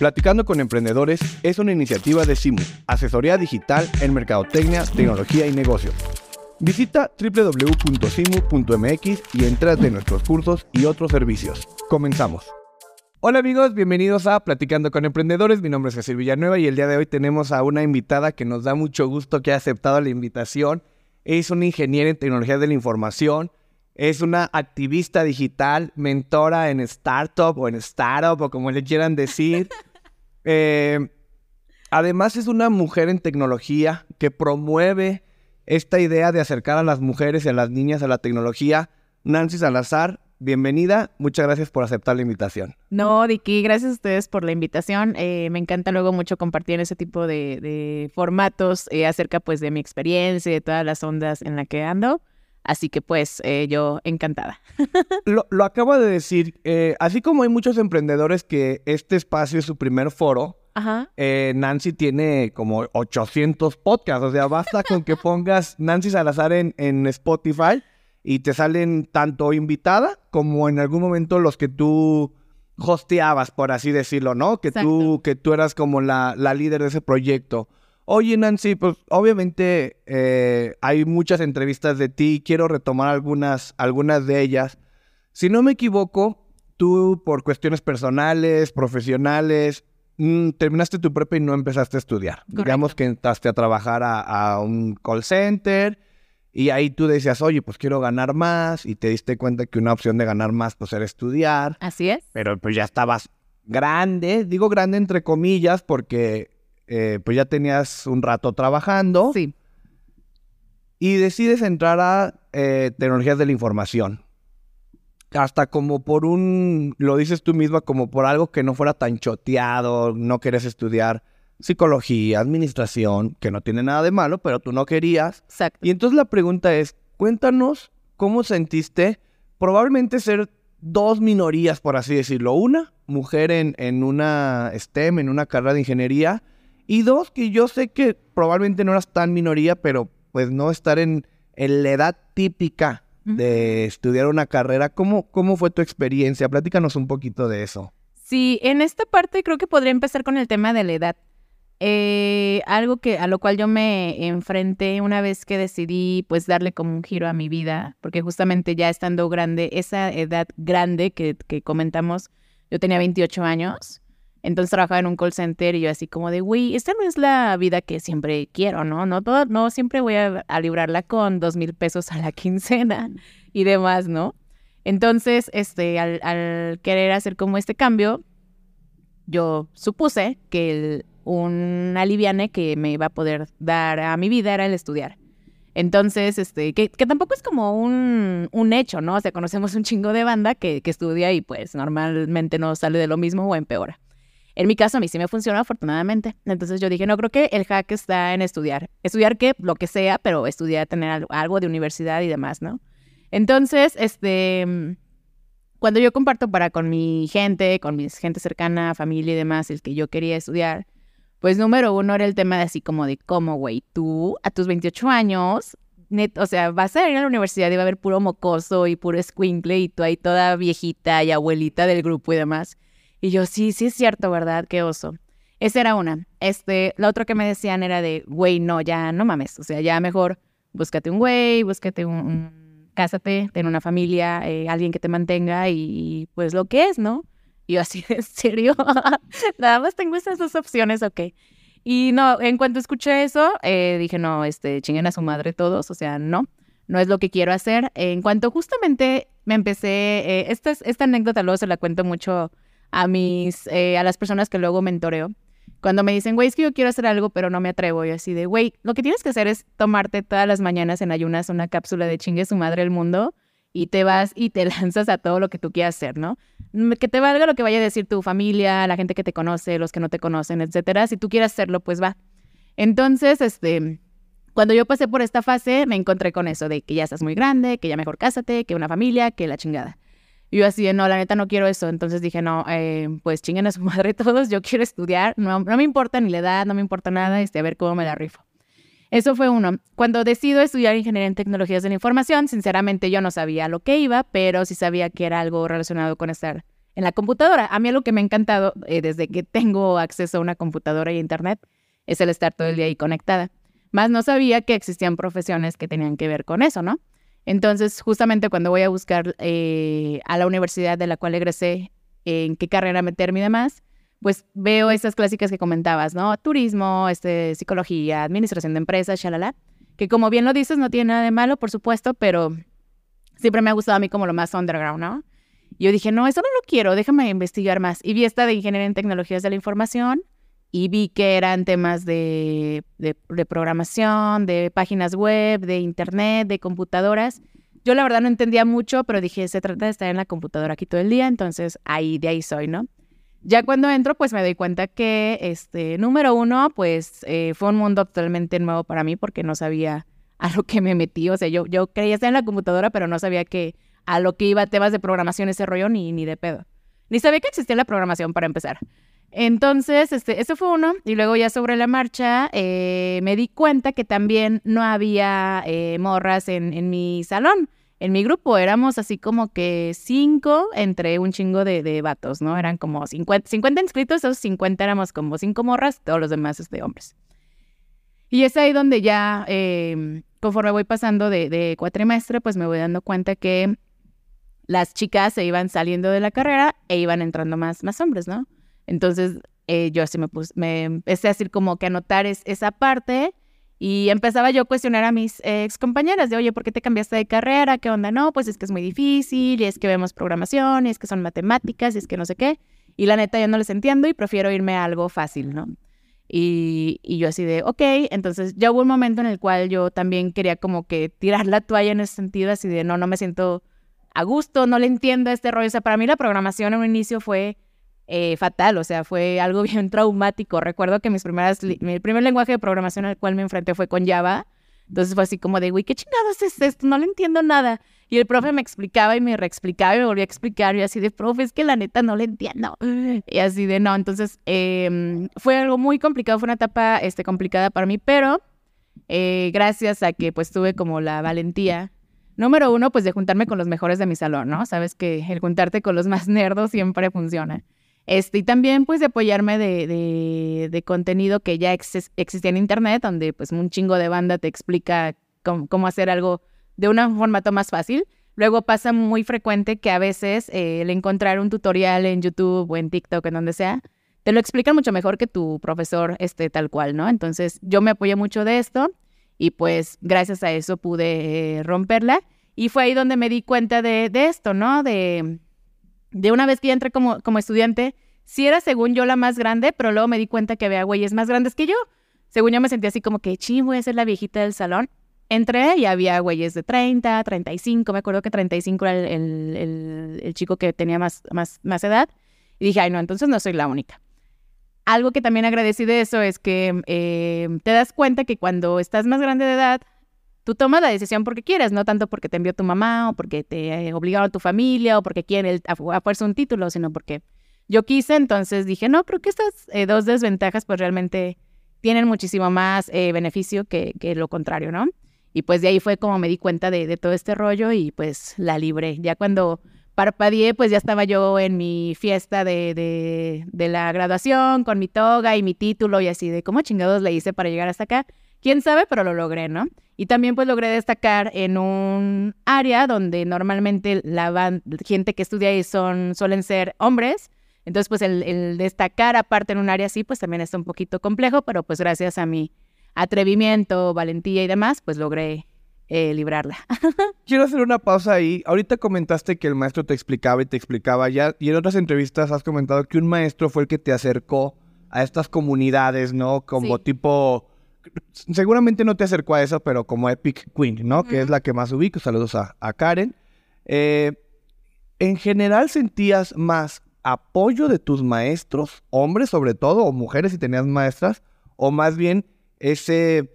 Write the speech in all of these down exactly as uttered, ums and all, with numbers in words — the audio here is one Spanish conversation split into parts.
Platicando con Emprendedores es una iniciativa de Simu, asesoría digital en mercadotecnia, tecnología y negocios. Visita doble u doble u doble u punto simu punto m x y entrate en nuestros cursos y otros servicios. Comenzamos. Hola amigos, bienvenidos a Platicando con Emprendedores. Mi nombre es Jesús Villanueva y el día de hoy tenemos a una invitada que nos da mucho gusto que ha aceptado la invitación. Es una ingeniera en tecnología de la información, es una activista digital, mentora en startup o en startup o como le quieran decir. eh, además es una mujer en tecnología que promueve esta idea de acercar a las mujeres y a las niñas a la tecnología. Nancy Salazar, bienvenida. Muchas gracias por aceptar la invitación. No, Dicky, gracias a ustedes por la invitación. Eh, me encanta luego mucho compartir ese tipo de, de formatos eh, acerca pues de mi experiencia y de todas las ondas en las que ando. Así que pues eh, yo encantada. Lo, lo acabo de decir, eh, así como hay muchos emprendedores que este espacio es su primer foro, Ajá. Eh, Nancy tiene como ochocientos podcasts. O sea, basta con que pongas Nancy Salazar en, en Spotify y te salen tanto invitada como en algún momento los que tú hosteabas, por así decirlo, ¿no? Que tú, que tú eras como la, la líder de ese proyecto. Oye, Nancy, pues obviamente eh, hay muchas entrevistas de ti. Quiero retomar algunas, algunas de ellas. Si no me equivoco, tú por cuestiones personales, profesionales, mm, terminaste tu prepa y no empezaste a estudiar. Correcto. Digamos que entraste a trabajar a, a un call center y ahí tú decías, oye, pues quiero ganar más, y te diste cuenta que una opción de ganar más pues era estudiar. Así es. Pero pues ya estabas grande, digo grande entre comillas porque eh, pues ya tenías un rato trabajando. Sí. Y decides entrar a eh, tecnologías de la información. Hasta como por un, lo dices tú misma, como por algo que no fuera tan choteado, no querías estudiar psicología, administración, que no tiene nada de malo, pero tú no querías. Exacto. Y entonces la pregunta es, cuéntanos cómo sentiste probablemente ser dos minorías, por así decirlo. Una, mujer en, en una STEM, en una carrera de ingeniería. Y dos, que yo sé que probablemente no eras tan minoría, pero pues no estar en, en la edad típica de estudiar una carrera. ¿Cómo, cómo fue tu experiencia? Platícanos un poquito de eso. Sí, en esta parte creo que podría empezar con el tema de la edad. Eh, algo que a lo cual yo me enfrenté una vez que decidí pues darle como un giro a mi vida, porque justamente ya estando grande, esa edad grande que, que comentamos, yo tenía veintiocho años, entonces trabajaba en un call center y yo así como de, güey, esta no es la vida que siempre quiero, ¿no? No, todo, no siempre voy a, a librarla con dos mil pesos a la quincena y demás, ¿no? Entonces, este, al, al querer hacer como este cambio, yo supuse que el, un aliviane que me iba a poder dar a mi vida era el estudiar. Entonces, este, que, que tampoco es como un, un hecho, ¿no? O sea, conocemos un chingo de banda que, que estudia y pues normalmente no sale de lo mismo o empeora. En mi caso, a mí sí me funcionó afortunadamente. Entonces yo dije, no, creo que el hack está en estudiar. Estudiar que lo que sea, pero estudiar, tener algo, algo de universidad y demás, ¿no? Entonces, este, cuando yo comparto para con mi gente, con mi gente cercana, familia y demás, el que yo quería estudiar, pues número uno era el tema de así como de cómo, güey, tú a tus veintiocho años, net, o sea, vas a ir a la universidad y va a haber puro mocoso y puro escuincle y tú ahí toda viejita y abuelita del grupo y demás. Y yo, sí, sí es cierto, ¿verdad? Qué oso. Esa era una. Este, la otra que me decían era de, güey, no, ya no mames. O sea, ya mejor búscate un güey, búscate un, un cásate, ten una familia, eh, alguien que te mantenga y, y pues lo que es, ¿no? Y yo así, ¿en serio? Nada más tengo esas dos opciones, ok. Y no, en cuanto escuché eso, eh, dije, no, este, chinguen a su madre todos, o sea, no, no es lo que quiero hacer. En cuanto justamente me empecé, eh, esta, esta anécdota luego se la cuento mucho a mis, eh, a las personas que luego mentoreo. Cuando me dicen, güey, es que yo quiero hacer algo, pero no me atrevo. Y así de, güey, lo que tienes que hacer es tomarte todas las mañanas en ayunas una cápsula de chingue su madre el mundo y te vas y te lanzas a todo lo que tú quieras hacer, ¿no? Que te valga lo que vaya a decir tu familia, la gente que te conoce, los que no te conocen, etcétera. Si tú quieres hacerlo, pues va. Entonces, este, cuando yo pasé por esta fase, me encontré con eso de que ya estás muy grande, que ya mejor cásate, que una familia, que la chingada. Y yo así de, no, la neta no quiero eso. Entonces dije, no, eh, pues chinguen a su madre todos, yo quiero estudiar. No, no me importa ni la edad, no me importa nada, este, a ver cómo me la rifo. Eso fue uno. Cuando decido estudiar ingeniería en tecnologías de la información, sinceramente yo no sabía lo que iba, pero sí sabía que era algo relacionado con estar en la computadora. A mí algo que me ha encantado eh, desde que tengo acceso a una computadora y internet es el estar todo el día ahí conectada. Más no sabía que existían profesiones que tenían que ver con eso, ¿no? Entonces, justamente cuando voy a buscar eh, a la universidad de la cual egresé, en qué carrera meterme y demás, pues veo esas clásicas que comentabas, ¿no? Turismo, este, psicología, administración de empresas, shalala, que como bien lo dices, no tiene nada de malo, por supuesto, pero siempre me ha gustado a mí como lo más underground, ¿no? Y yo dije, no, eso no lo quiero, déjame investigar más. Y vi esta de Ingeniería en Tecnologías de la Información y vi que eran temas de, de, de programación, de páginas web, de internet, de computadoras. Yo la verdad no entendía mucho, pero dije, se trata de estar en la computadora aquí todo el día, entonces ahí, de ahí soy, ¿no? Ya cuando entro, pues me doy cuenta que, este, número uno, pues eh, fue un mundo totalmente nuevo para mí porque no sabía a lo que me metí. O sea, yo, yo creía estar en la computadora, pero no sabía que a lo que iba temas de programación ese rollo ni, ni de pedo. Ni sabía que existía la programación para empezar. Entonces, este, ese fue uno. Y luego ya sobre la marcha eh, me di cuenta que también no había eh, morras en, en mi salón. En mi grupo éramos así como que cinco entre un chingo de, de vatos, ¿no? Eran como cincuenta, cincuenta inscritos, esos cincuenta éramos como cinco morras, todos los demás este, hombres. Y es ahí donde ya, eh, conforme voy pasando de, de cuatrimestre, pues me voy dando cuenta que las chicas se iban saliendo de la carrera e iban entrando más, más hombres, ¿no? Entonces eh, yo así me, puse, me empecé a decir como que anotar es, esa parte. Y empezaba yo a cuestionar a mis eh, ex compañeras de, oye, ¿por qué te cambiaste de carrera? ¿Qué onda? No, pues es que es muy difícil, y es que vemos programación, y es que son matemáticas, y es que no sé qué. Y la neta yo no les entiendo y prefiero irme a algo fácil, ¿no? Y, y yo así de, ok, entonces ya hubo un momento en el cual yo también quería como que tirar la toalla en ese sentido, así de, no, no me siento a gusto, no le entiendo este rollo. O sea, para mí la programación en un inicio fue Eh, fatal, o sea, fue algo bien traumático. Recuerdo que mis primeras, mi primer lenguaje de programación al cual me enfrenté fue con Java. Entonces fue así como de, güey, ¿qué chingados es esto? No le entiendo nada. Y el profe me explicaba y me reexplicaba y me volvía a explicar. Y así de, profe, es que la neta no le entiendo. Y así de, no. Entonces eh, fue algo muy complicado, fue una etapa este, complicada para mí, pero eh, gracias a que pues tuve como la valentía, número uno, pues de juntarme con los mejores de mi salón, ¿no? Sabes que el juntarte con los más nerdos siempre funciona. Este, y también pues de apoyarme de, de, de contenido que ya ex, existía en internet, donde pues un chingo de banda te explica cómo, cómo hacer algo de un formato más fácil. Luego pasa muy frecuente que a veces eh, el encontrar un tutorial en YouTube o en TikTok, en donde sea, te lo explican mucho mejor que tu profesor este, tal cual, ¿no? Entonces yo me apoyé mucho de esto y pues gracias a eso pude eh, romperla. Y fue ahí donde me di cuenta de, de esto, ¿no? De... De una vez que ya entré como, como estudiante, sí era según yo la más grande, pero luego me di cuenta que había güeyes más grandes que yo. Según yo me sentía así como que, ching, voy a ser la viejita del salón. Entré y había güeyes de treinta, treinta y cinco, me acuerdo que treinta y cinco era el, el, el, el chico que tenía más, más, más edad. Y dije, ay no, entonces no soy la única. Algo que también agradecí de eso es que eh, te das cuenta que cuando estás más grande de edad, tú tomas la decisión porque quieres, no tanto porque te envió tu mamá o porque te eh, obligaron a tu familia o porque quieren a, a fuerza un título, sino porque yo quise. Entonces dije, no, pero que estas eh, dos desventajas pues realmente tienen muchísimo más eh, beneficio que, que lo contrario, ¿no? Y pues de ahí fue como me di cuenta de, de todo este rollo y pues la libré. Ya cuando parpadeé, pues ya estaba yo en mi fiesta de, de, de la graduación con mi toga y mi título y así de cómo chingados le hice para llegar hasta acá. Quién sabe, pero lo logré, ¿no? Y también pues logré destacar en un área donde normalmente la van, gente que estudia ahí son, suelen ser hombres. Entonces pues el, el destacar aparte en un área así pues también está un poquito complejo, pero pues gracias a mi atrevimiento, valentía y demás, pues logré eh, librarla. Quiero hacer una pausa ahí. Ahorita comentaste que el maestro te explicaba y te explicaba ya, y en otras entrevistas has comentado que un maestro fue el que te acercó a estas comunidades, ¿no? Como sí. Tipo... Seguramente no te acercó a eso, pero como Epic Queen, ¿no? Uh-huh. Que es la que más ubico. Saludos a, a Karen. Eh, ¿En general sentías más apoyo de tus maestros, hombres sobre todo, o mujeres si tenías maestras? O más bien ese,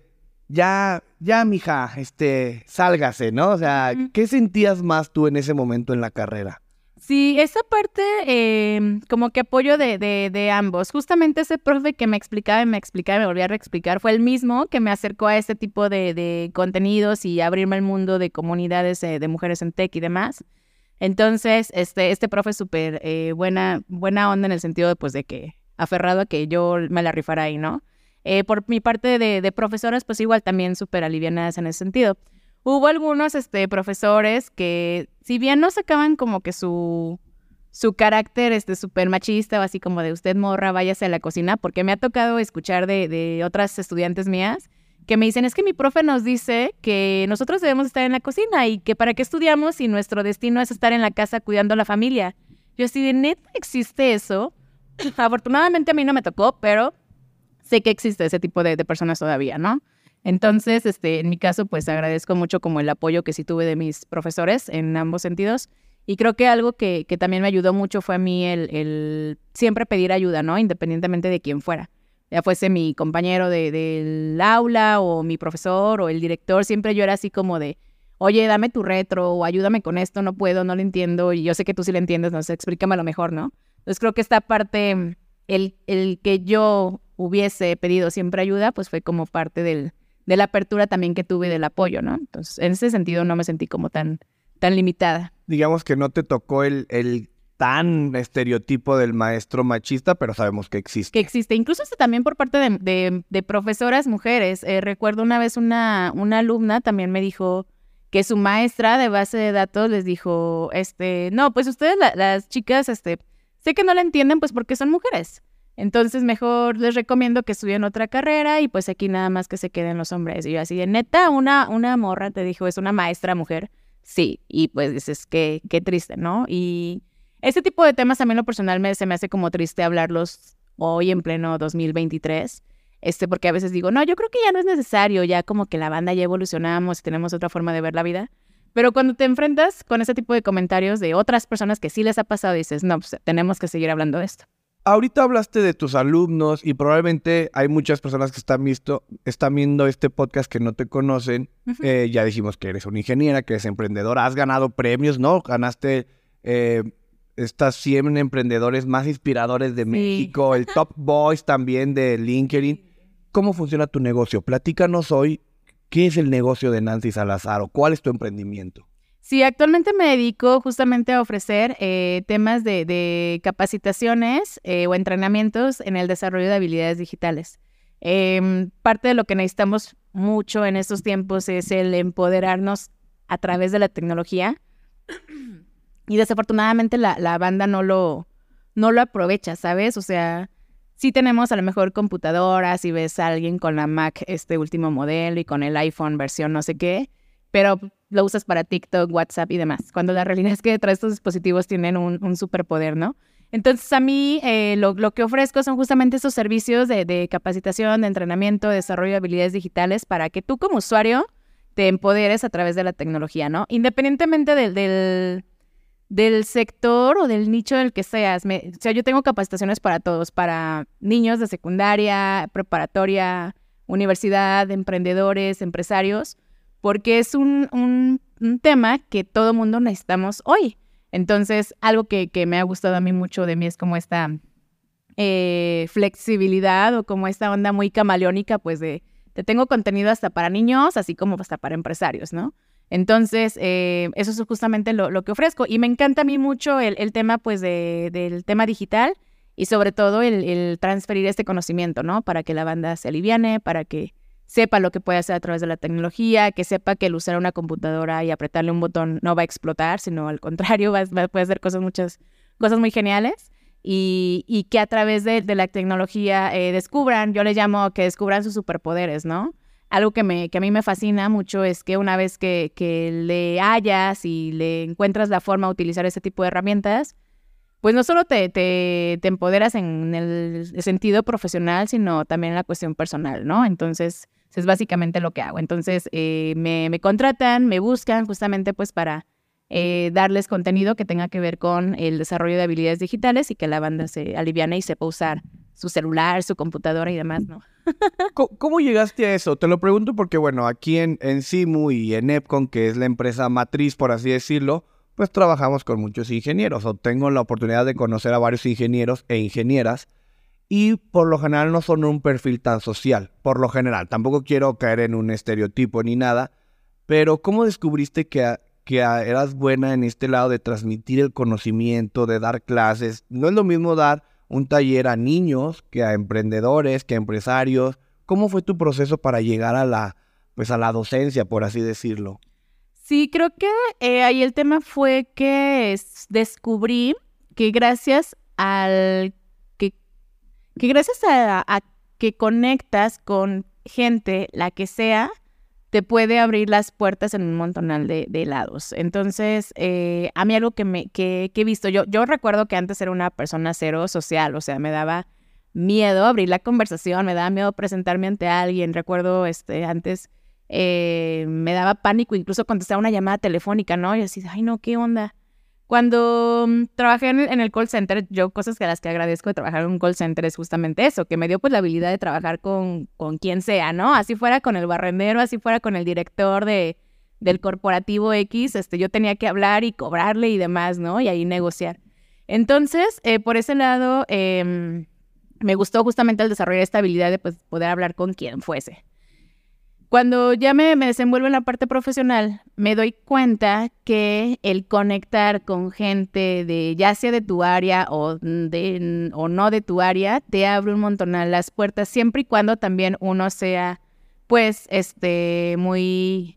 ya, ya mija, este, sálgase, ¿no? O sea, uh-huh. ¿Qué sentías más tú en ese momento en la carrera? Sí, esa parte eh, como que apoyo de, de, de ambos. Justamente ese profe que me explicaba y me explicaba y me volvía a reexplicar fue el mismo que me acercó a este tipo de, de contenidos y abrirme al mundo de comunidades eh, de mujeres en tech y demás. Entonces, este, este profe es súper eh, buena, buena onda en el sentido de, pues, de que aferrado a que yo me la rifara ahí, ¿no? Eh, por mi parte de, de profesoras, pues igual también súper alivianadas en ese sentido. Hubo algunos este, profesores que, si bien no sacaban como que su, su carácter este, súper machista o así como de usted morra, váyase a la cocina, porque me ha tocado escuchar de, de otras estudiantes mías que me dicen, es que mi profe nos dice que nosotros debemos estar en la cocina y que para qué estudiamos si nuestro destino es estar en la casa cuidando a la familia. Yo así de, ¿neta existe eso? Afortunadamente a mí no me tocó, pero sé que existe ese tipo de, de personas todavía, ¿no? Entonces, este, en mi caso, pues agradezco mucho como el apoyo que sí tuve de mis profesores en ambos sentidos. Y creo que algo que, que también me ayudó mucho fue a mí el, el siempre pedir ayuda, ¿no? Independientemente de quién fuera. Ya fuese mi compañero de, del aula o mi profesor o el director, siempre yo era así como de, oye, dame tu retro o ayúdame con esto, no puedo, no lo entiendo y yo sé que tú sí lo entiendes, no sé, explícamelo mejor, ¿no? Entonces creo que esta parte, el, el que yo hubiese pedido siempre ayuda, pues fue como parte del, de la apertura también que tuve del apoyo, ¿no? Entonces en ese sentido no me sentí como tan, tan limitada. Digamos que no te tocó el... el... tan estereotipo del maestro machista, pero sabemos que existe. Que existe, incluso hasta también por parte de, de, de profesoras mujeres. Eh, recuerdo una vez una, una alumna también me dijo que su maestra de base de datos les dijo, este, no, pues ustedes la, las chicas, este, sé que no la entienden pues porque son mujeres. Entonces mejor les recomiendo que estudien otra carrera y pues aquí nada más que se queden los hombres. Y yo así de neta, una, una morra te dijo, es una maestra mujer. Sí, y pues dices, qué, qué triste, ¿no? Y este tipo de temas también lo personal me, se me hace como triste hablarlos hoy en pleno dos mil veintitrés, este, porque a veces digo, no, yo creo que ya no es necesario, ya como que la banda ya evolucionamos y tenemos otra forma de ver la vida. Pero cuando te enfrentas con ese tipo de comentarios de otras personas que sí les ha pasado, dices, no, pues tenemos que seguir hablando de esto. Ahorita hablaste de tus alumnos y probablemente hay muchas personas que están, visto, están viendo este podcast que no te conocen. Uh-huh. Eh, ya dijimos que eres una ingeniera, que eres emprendedora, has ganado premios, ¿no? Ganaste... Eh, estas cien emprendedores más inspiradores de sí. México, el Top Boys también de LinkedIn. ¿Cómo funciona tu negocio? Platícanos hoy, ¿qué es el negocio de Nancy Salazar o cuál es tu emprendimiento? Sí, actualmente me dedico justamente a ofrecer eh, temas de, de capacitaciones eh, o entrenamientos en el desarrollo de habilidades digitales. Eh, parte de lo que necesitamos mucho en estos tiempos es el empoderarnos a través de la tecnología. Y desafortunadamente la, la banda no lo, no lo aprovecha, ¿sabes? O sea, sí tenemos a lo mejor computadoras y ves a alguien con la Mac este último modelo y con el iPhone versión no sé qué, pero lo usas para TikTok, WhatsApp y demás, cuando la realidad es que detrás de estos dispositivos tienen un, un superpoder, ¿no? Entonces a mí eh, lo, lo que ofrezco son justamente esos servicios de, de capacitación, de entrenamiento, de desarrollo de habilidades digitales para que tú como usuario te empoderes a través de la tecnología, ¿no? Independientemente del... del del sector o del nicho del que seas. Me, o sea, yo tengo capacitaciones para todos, para niños de secundaria, preparatoria, universidad, emprendedores, empresarios, porque es un, un, un tema que todo mundo necesitamos hoy. Entonces, algo que, que me ha gustado a mí mucho de mí es como esta eh, flexibilidad o como esta onda muy camaleónica, pues de, te tengo contenido hasta para niños, así como hasta para empresarios, ¿no? Entonces, eh, eso es justamente lo, lo que ofrezco. Y me encanta a mí mucho el, el tema, pues, de, del tema digital y sobre todo el, el transferir este conocimiento, ¿no? Para que la banda se aliviane, para que sepa lo que puede hacer a través de la tecnología, que sepa que el usar una computadora y apretarle un botón no va a explotar, sino al contrario, va, va, puede hacer cosas, muchas cosas muy geniales. Y, y que a través de, de la tecnología eh, descubran, yo le llamo que descubran sus superpoderes, ¿no? Algo que, me, que a mí me fascina mucho es que una vez que, que le hallas y le encuentras la forma de utilizar ese tipo de herramientas, pues no solo te, te, te empoderas en el sentido profesional, sino también en la cuestión personal, ¿no? Entonces, es básicamente lo que hago. Entonces, eh, me, me contratan, me buscan justamente pues para eh, darles contenido que tenga que ver con el desarrollo de habilidades digitales y que la banda se aliviane y sepa usar su celular, su computadora y demás, ¿no? ¿Cómo, ¿Cómo llegaste a eso? Te lo pregunto porque, bueno, aquí en, en Simu y en Epcon, que es la empresa matriz, por así decirlo, pues trabajamos con muchos ingenieros, o tengo la oportunidad de conocer a varios ingenieros e ingenieras, y por lo general no son un perfil tan social, por lo general. Tampoco quiero caer en un estereotipo ni nada, pero ¿cómo descubriste que, que ah, eras buena en este lado de transmitir el conocimiento, de dar clases. No es lo mismo dar un taller a niños que a emprendedores, que a empresarios. ¿Cómo fue tu proceso para llegar a la, pues a la docencia, por así decirlo? Sí, creo que eh, ahí el tema fue que es- descubrí que gracias al que, que gracias a, a que conectas con gente, la que sea, te puede abrir las puertas en un montonal de, de lados. Entonces, eh, a mí algo que, me, que, que he visto, yo, yo recuerdo que antes era una persona cero social, o sea, me daba miedo abrir la conversación, me daba miedo presentarme ante alguien. Recuerdo, este, antes eh, me daba pánico incluso contestar una llamada telefónica, ¿no? Y así, ay, no, ¿qué onda? Cuando mm, trabajé en el, en el call center, yo cosas que a las que agradezco de trabajar en un call center es justamente eso, que me dio pues la habilidad de trabajar con, con quien sea, ¿no? Así fuera con el barrendero, así fuera con el director de, del corporativo X, este, yo tenía que hablar y cobrarle y demás, ¿no? Y ahí negociar. Entonces, eh, por ese lado, em, me gustó justamente el desarrollar esta habilidad de pues, poder hablar con quien fuese. Cuando ya me, me desenvuelvo en la parte profesional, me doy cuenta que el conectar con gente de ya sea de tu área o, de, o no de tu área, te abre un montonal las puertas, siempre y cuando también uno sea, pues, este, muy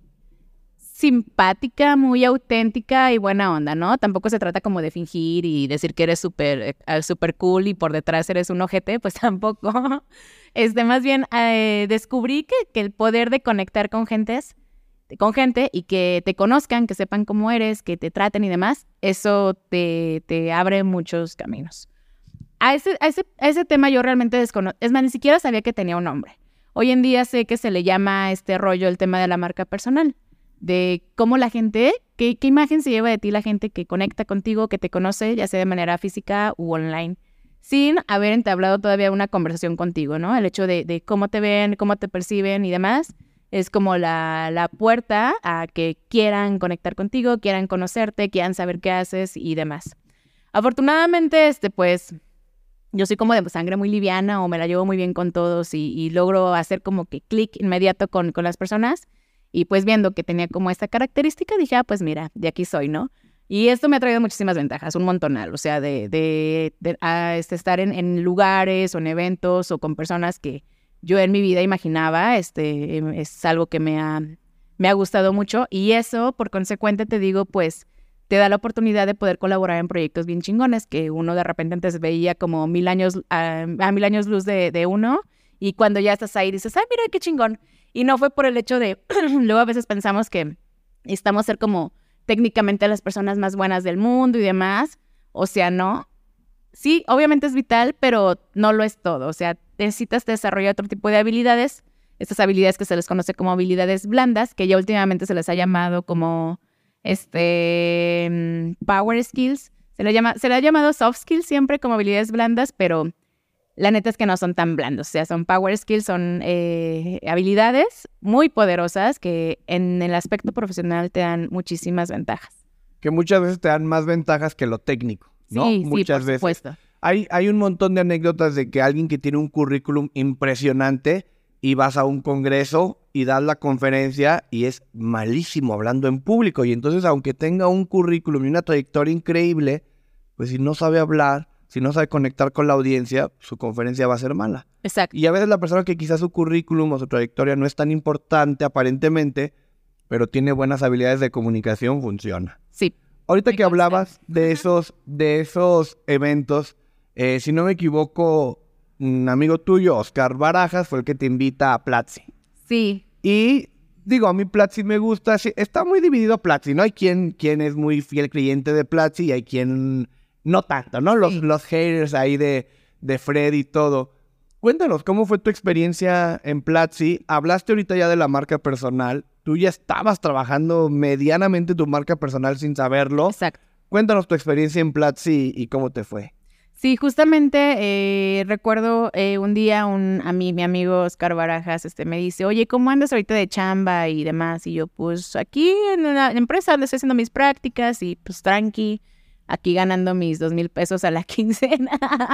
simpática, muy auténtica y buena onda, ¿no? Tampoco se trata como de fingir y decir que eres súper eh, súper cool y por detrás eres un ojete, pues tampoco. Este, más bien eh, descubrí que, que el poder de conectar con gentes, con gente y que te conozcan, que sepan cómo eres, que te traten y demás, eso te, te abre muchos caminos. A ese, a, ese, a ese tema yo realmente desconozco, es más, ni siquiera sabía que tenía un nombre. Hoy en día sé que se le llama a este rollo el tema de la marca personal, de cómo la gente, qué, qué imagen se lleva de ti la gente que conecta contigo, que te conoce, ya sea de manera física u online, sin haber entablado todavía una conversación contigo, ¿no? El hecho de, de cómo te ven, cómo te perciben y demás, es como la, la puerta a que quieran conectar contigo, quieran conocerte, quieran saber qué haces y demás. Afortunadamente, este, pues, yo soy como de sangre muy liviana o me la llevo muy bien con todos y, y logro hacer como que clic inmediato con, con las personas. Y pues viendo que tenía como esta característica, dije, ah, pues mira, de aquí soy, ¿no? Y esto me ha traído muchísimas ventajas, un montonal, o sea, de, de, de a, este, estar en, en lugares o en eventos o con personas que yo en mi vida imaginaba, este, em, es algo que me ha, me ha gustado mucho y eso, por consecuente, te digo, pues, te da la oportunidad de poder colaborar en proyectos bien chingones que uno de repente antes veía como mil años, a, a mil años luz de, de uno y cuando ya estás ahí dices, ay, mira qué chingón. Y no fue por el hecho de, luego a veces pensamos que estamos ser como técnicamente las personas más buenas del mundo y demás, o sea, no. Sí, obviamente es vital, pero no lo es todo, o sea, necesitas desarrollar otro tipo de habilidades, estas habilidades que se les conoce como habilidades blandas, que ya últimamente se les ha llamado como, este, mm, power skills, se le llama, se le ha llamado soft skills siempre como habilidades blandas, pero la neta es que no son tan blandos, o sea, son power skills, son eh, habilidades muy poderosas que en el aspecto profesional te dan muchísimas ventajas. Que muchas veces te dan más ventajas que lo técnico, ¿no? Sí, muchas sí, por veces. supuesto. Hay, hay un montón de anécdotas de que alguien que tiene un currículum impresionante y vas a un congreso y das la conferencia y es malísimo hablando en público. Y entonces, aunque tenga un currículum y una trayectoria increíble, pues si no sabe hablar, si no sabe conectar con la audiencia, su conferencia va a ser mala. Exacto. Y a veces la persona que quizás su currículum o su trayectoria no es tan importante aparentemente, pero tiene buenas habilidades de comunicación, funciona. Sí. Ahorita que hablabas de esos, de esos eventos, eh, si no me equivoco, un amigo tuyo, Oscar Barajas, fue el que te invita a Platzi. Sí. Y digo, a mí Platzi me gusta, sí, está muy dividido Platzi, ¿no? Hay quien, quien es muy fiel creyente de Platzi y hay quien no tanto, ¿no? Los, Sí. los haters ahí de, de Fred y todo. Cuéntanos, ¿cómo fue tu experiencia en Platzi? Hablaste ahorita ya de la marca personal. Tú ya estabas trabajando medianamente tu marca personal sin saberlo. Exacto. Cuéntanos tu experiencia en Platzi y cómo te fue. Sí, justamente eh, recuerdo eh, un día un, a mí, mi amigo Oscar Barajas este, me dice, oye, ¿cómo andas ahorita de chamba y demás? Y yo, pues aquí en la empresa donde estoy haciendo mis prácticas y pues tranqui, aquí ganando mis dos mil pesos a la quincena.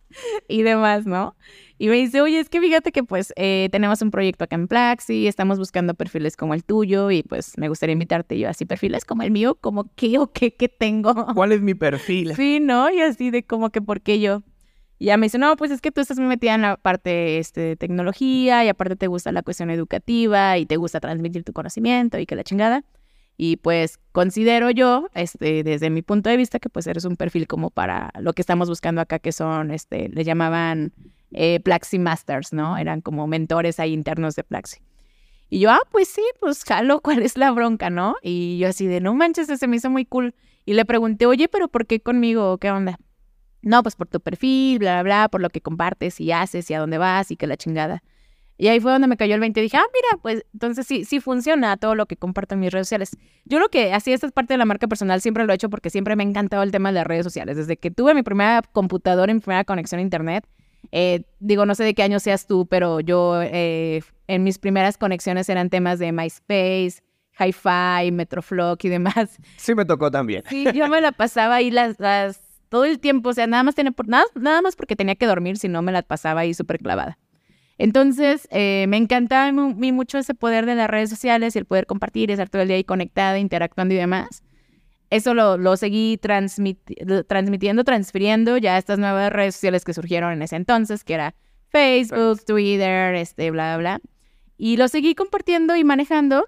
y demás, ¿no? Y me dice, oye, es que fíjate que pues eh, tenemos un proyecto acá en Plaxi, estamos buscando perfiles como el tuyo y pues me gustaría invitarte. Y yo así, perfiles como el mío, ¿como qué o qué, qué tengo? ¿Cuál es mi perfil? Sí, ¿no? Y así de como que, ¿por qué yo? Y ya me dice, no, pues es que tú estás muy metida en la parte este, de tecnología y aparte te gusta la cuestión educativa y te gusta transmitir tu conocimiento y que la chingada. Y pues considero yo, este, desde mi punto de vista, que pues eres un perfil como para lo que estamos buscando acá, que son, este, le llamaban eh, Plaxi Masters, ¿no? Eran como mentores ahí internos de Plaxi. Y yo, ah, pues sí, pues jalo, ¿cuál es la bronca, no? Y yo así de, no manches, se me hizo muy cool. Y le pregunté, oye, ¿pero por qué conmigo? ¿Qué onda? No, pues por tu perfil, bla, bla, bla, por lo que compartes y haces y a dónde vas y que la chingada. Y ahí fue donde me cayó el veinte y dije, ah, mira, pues entonces sí, sí funciona todo lo que comparto en mis redes sociales. Yo lo que hacía, esta es parte de la marca personal, siempre lo he hecho porque siempre me ha encantado el tema de las redes sociales. Desde que tuve mi primera computadora y mi primera conexión a internet, eh, digo, no sé de qué año seas tú, pero yo eh, en mis primeras conexiones eran temas de MySpace, Hi-Fi, Metroflog y demás. Sí me tocó también. Sí, yo me la pasaba ahí las... las todo el tiempo, o sea, nada más, tenía por, nada, nada más porque tenía que dormir, si no me la pasaba ahí súper clavada. Entonces, eh, me encantaba a mí mucho ese poder de las redes sociales y el poder compartir, estar todo el día ahí conectada, interactuando y demás. Eso lo, lo seguí transmiti- transmitiendo, transfiriendo ya a estas nuevas redes sociales que surgieron en ese entonces, que era Facebook, Twitter, este, bla, bla, bla. Y lo seguí compartiendo y manejando.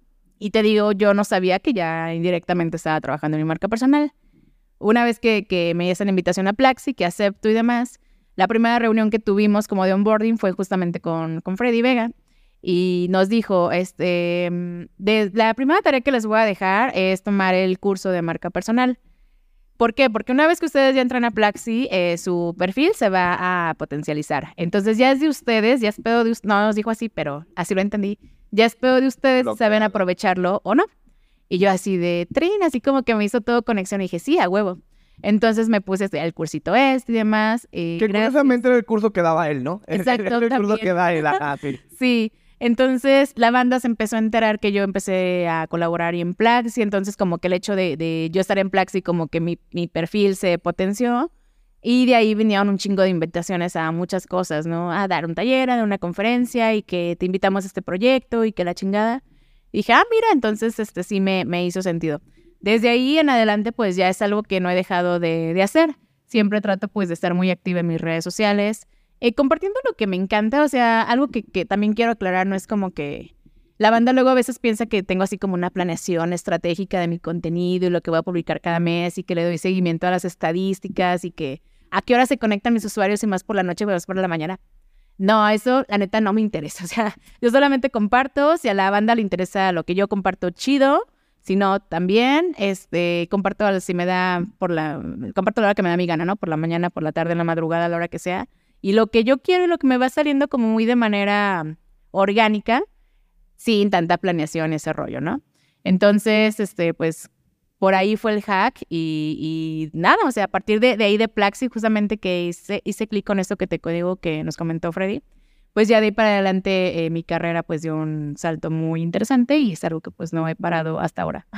Y te digo, yo no sabía que ya indirectamente estaba trabajando en mi marca personal. Una vez que, que me hice la invitación a Plaxi, que acepto y demás, la primera reunión que tuvimos como de onboarding fue justamente con, con Freddy Vega y nos dijo, este, de, la primera tarea que les voy a dejar es tomar el curso de marca personal. ¿Por qué? Porque una vez que ustedes ya entran a Plaxi, eh, su perfil se va a potencializar. Entonces ya es de ustedes, ya es pedo de ustedes, no nos dijo así, pero así lo entendí, ya es pedo de ustedes si saben aprovecharlo o no. Y yo así de trin, así como que me hizo todo conexión y dije, sí, a huevo. Entonces me puse el cursito este y demás. Y que gracias. curiosamente era el curso que daba él, ¿no? Exacto, el curso también. que da él. Ah, sí. Sí, entonces la banda se empezó a enterar que yo empecé a colaborar en Plaxi, entonces como que el hecho de, de yo estar en Plaxi como que mi, mi perfil se potenció y de ahí vinieron un chingo de invitaciones a muchas cosas, ¿no? A dar un taller, a dar una conferencia y que te invitamos a este proyecto y que la chingada. Dije, ah, mira, entonces este sí me, me hizo sentido. Desde ahí en adelante, pues ya es algo que no he dejado de, de hacer. Siempre trato, pues, de estar muy activa en mis redes sociales, eh, compartiendo lo que me encanta. O sea, algo que, que también quiero aclarar, no es como que la banda luego a veces piensa que tengo así como una planeación estratégica de mi contenido y lo que voy a publicar cada mes y que le doy seguimiento a las estadísticas y que a qué hora se conectan mis usuarios y más por la noche o más por la mañana. No, eso la neta no me interesa. O sea, yo solamente comparto, si a la banda le interesa lo que yo comparto, chido. Si no, también, este, comparto si me da por la, comparto la hora que me da mi gana, ¿no? Por la mañana, por la tarde, en la madrugada, a la hora que sea. Y lo que yo quiero y lo que me va saliendo como muy de manera orgánica, sin tanta planeación, ese rollo, ¿no? Entonces, este, pues, por ahí fue el hack y, y nada, o sea, a partir de, de ahí de Plaxi, justamente que hice, hice clic con esto que te digo que nos comentó Freddy, pues ya de ahí para adelante eh, mi carrera pues dio un salto muy interesante y es algo que pues no he parado hasta ahora.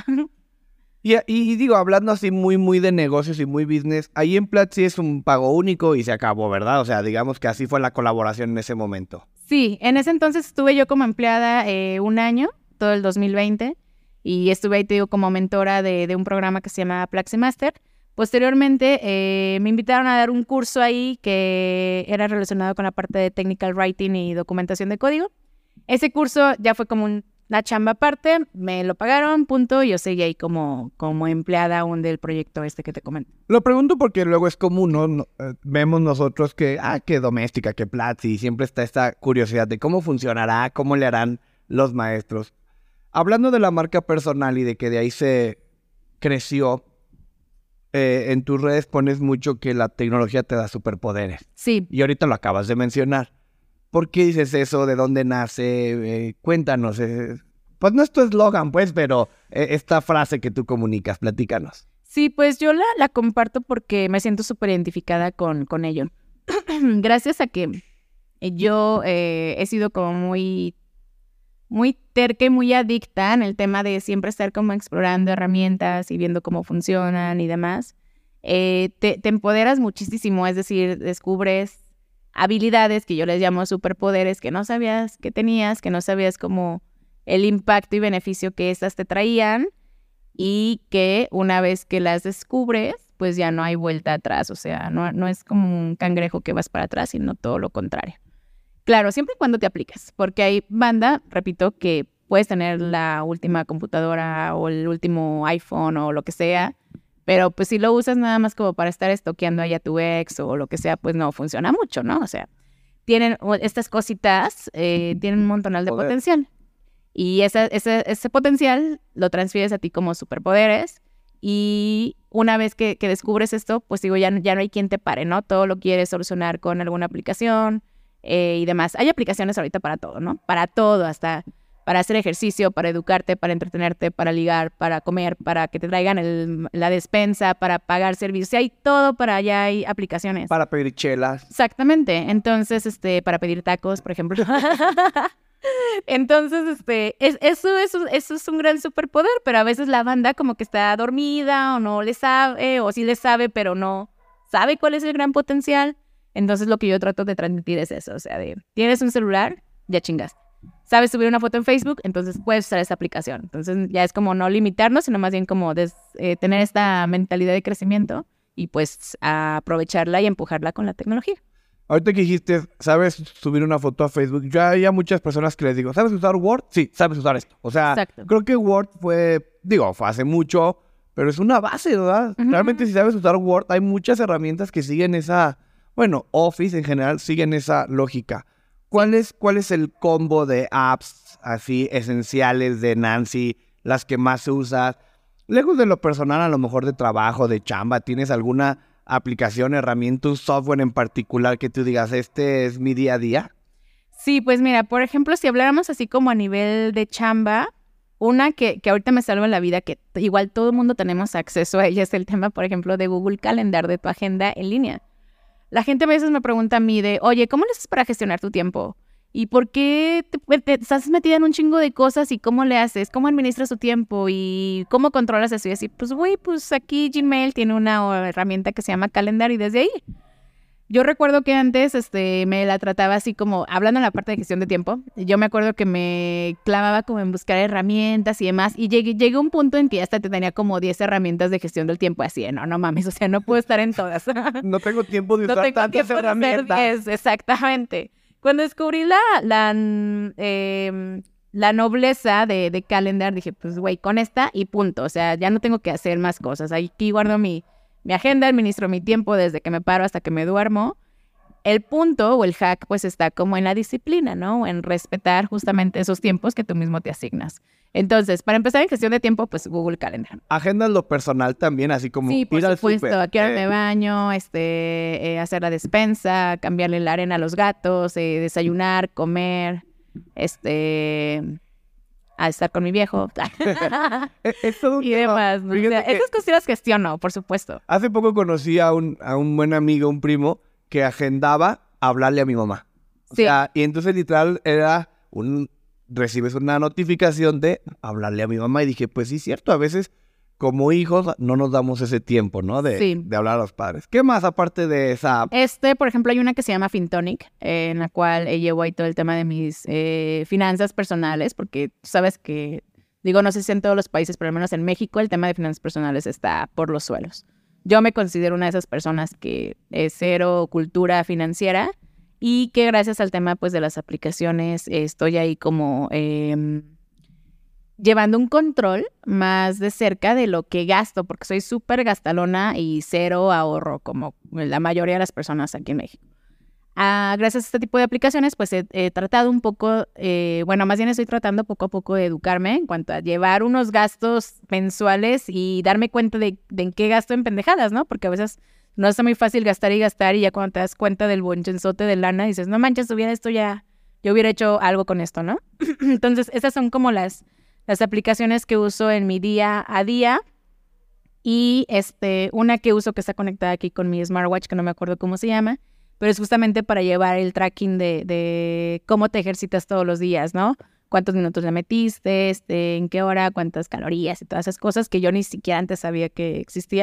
Y, y digo, hablando así muy, muy de negocios y muy business, ahí en Platzi es un pago único y se acabó, ¿verdad? O sea, digamos que así fue la colaboración en ese momento. Sí, en ese entonces estuve yo como empleada eh, un año, todo el dos mil veinte, y estuve ahí, te digo, como mentora de, de un programa que se llama Plaxi Master. Posteriormente eh, me invitaron a dar un curso ahí que era relacionado con la parte de technical writing y documentación de código. Ese curso ya fue como un, una chamba aparte, me lo pagaron, punto, y yo seguí ahí como, como empleada aún del proyecto este que te comento. Lo pregunto porque luego es común, ¿no? no eh, vemos nosotros que, ah, que doméstica, que Platzi, y siempre está esta curiosidad de cómo funcionará, cómo le harán los maestros. Hablando de la marca personal y de que de ahí se creció, Eh, en tus redes pones mucho que la tecnología te da superpoderes. Sí. Y ahorita lo acabas de mencionar. ¿Por qué dices eso? ¿De dónde nace? Eh, cuéntanos. Eh, pues no es tu eslogan, pues, pero eh, esta frase que tú comunicas, platícanos. Sí, pues yo la, la comparto porque me siento súper identificada con, con ello. Gracias a que yo eh, he sido como muy... muy terca y muy adicta en el tema de siempre estar como explorando herramientas y viendo cómo funcionan y demás. eh, te, te empoderas muchísimo, es decir, descubres habilidades que yo les llamo superpoderes que no sabías que tenías, que no sabías como el impacto y beneficio que estas te traían y que una vez que las descubres, pues ya no hay vuelta atrás, o sea, no, no es como un cangrejo que vas para atrás, sino todo lo contrario. Claro, siempre y cuando te apliques, porque hay banda, repito, que puedes tener la última computadora o el último iPhone o lo que sea, pero pues si lo usas nada más como para estar estoqueando ahí a tu ex o lo que sea, pues no funciona mucho, ¿no? O sea, tienen estas cositas, eh, tienen un montonal de Poder. potencial. Y esa, ese, ese potencial lo transfieres a ti como superpoderes y una vez que, que descubres esto, pues digo, ya, ya no hay quien te pare, ¿no? Todo lo quieres solucionar con alguna aplicación eh, y demás. Hay aplicaciones ahorita para todo, ¿no? Para todo, hasta para hacer ejercicio, para educarte, para entretenerte, para ligar, para comer, para que te traigan el, la despensa, para pagar servicios. Hay todo para allá, hay aplicaciones. Para pedir chelas. Exactamente. Entonces, este, para pedir tacos, por ejemplo. Entonces, este, es, eso, eso, eso es un gran superpoder, pero a veces la banda como que está dormida o no le sabe, o sí le sabe, pero no sabe cuál es el gran potencial. Entonces, lo que yo trato de transmitir es eso, o sea, de, tienes un celular, ya chingaste. Sabes subir una foto en Facebook, entonces puedes usar esta aplicación. Entonces, ya es como no limitarnos, sino más bien como des, eh, tener esta mentalidad de crecimiento y pues aprovecharla y empujarla con la tecnología. Ahorita que dijiste, ¿sabes subir una foto a Facebook? Yo hay a muchas personas que les digo, ¿sabes usar Word? Sí, sabes usar esto. O sea, Exacto. Creo que Word fue, digo, fue hace mucho, pero es una base, ¿verdad? Uh-huh. Realmente si sabes usar Word, hay muchas herramientas que siguen esa, bueno, Office en general siguen esa lógica. ¿Cuál es, cuál es el combo de apps así esenciales de Nancy, las que más usas? Lejos de lo personal, a lo mejor de trabajo, de chamba, ¿tienes alguna aplicación, herramienta, un software en particular que tú digas, este es mi día a día? Sí, pues mira, por ejemplo, si habláramos así como a nivel de chamba, una que, que ahorita me salva la vida, que igual todo el mundo tenemos acceso a ella, es el tema, por ejemplo, de Google Calendar, de tu agenda en línea. La gente a veces me pregunta a mí de, oye, ¿cómo le haces para gestionar tu tiempo? ¿Y por qué te, te estás metida en un chingo de cosas y cómo le haces? ¿Cómo administras tu tiempo? ¿Y cómo controlas eso? Y así, pues, güey, pues aquí Gmail tiene una herramienta que se llama Calendar y desde ahí. Yo recuerdo que antes este, me la trataba así como, hablando en la parte de gestión de tiempo, yo me acuerdo que me clavaba como en buscar herramientas y demás, y llegué, llegué a un punto en que hasta te tenía como diez herramientas de gestión del tiempo, así, no, no mames, o sea, no puedo estar en todas. No tengo tiempo de usar no tengo tantas tiempo herramientas. De hacer diez, exactamente. Cuando descubrí la, la, eh, la nobleza de, de Calendar, dije, pues, güey, con esta y punto, o sea, ya no tengo que hacer más cosas, aquí guardo mi... mi agenda, administro mi tiempo desde que me paro hasta que me duermo. El punto o el hack pues está como en la disciplina, ¿no? En respetar justamente esos tiempos que tú mismo te asignas. Entonces, para empezar en gestión de tiempo, pues Google Calendar. Agendas lo personal también, así como sí, por ir supuesto, al súper. ¿A qué hora eh. me baño? Este, eh, hacer la despensa, cambiarle la arena a los gatos, eh, desayunar, comer, este... a estar con mi viejo. es, es todo un y tema. demás. ¿No? O sea, esas cosas las gestiono, por supuesto. Hace poco conocí a un, a un buen amigo, un primo, que agendaba hablarle a mi mamá. O sí. sea, y entonces literal era un... recibes una notificación de hablarle a mi mamá y dije, pues sí, cierto, a veces como hijos no nos damos ese tiempo, ¿no? De, sí. de hablar a los padres. ¿Qué más aparte de esa app? Este, por ejemplo, hay una que se llama Fintonic, eh, en la cual eh, llevo ahí todo el tema de mis eh, finanzas personales, porque sabes que, digo, no sé si en todos los países, pero al menos en México el tema de finanzas personales está por los suelos. Yo me considero una de esas personas que es cero cultura financiera y que gracias al tema pues de las aplicaciones eh, estoy ahí como... Eh, llevando un control más de cerca de lo que gasto, porque soy súper gastalona y cero ahorro, como la mayoría de las personas aquí en México. Ah, gracias a este tipo de aplicaciones, pues he, he tratado un poco, eh, bueno, más bien estoy tratando poco a poco de educarme en cuanto a llevar unos gastos mensuales y darme cuenta de, de en qué gasto en pendejadas, ¿no? Porque a veces no es muy fácil gastar y gastar y ya cuando te das cuenta del bonchenzote de lana dices, no manches, hubiera esto ya, yo hubiera hecho algo con esto, ¿no? Entonces, esas son como las... las aplicaciones que uso en mi día a día y este, una que uso que está conectada aquí con mi smartwatch, que no me acuerdo cómo se llama, pero es justamente para llevar el tracking de, de cómo te ejercitas todos los días, ¿no? Cuántos minutos le metiste, este, en qué hora, cuántas calorías y todas esas cosas que yo ni siquiera antes sabía que existía.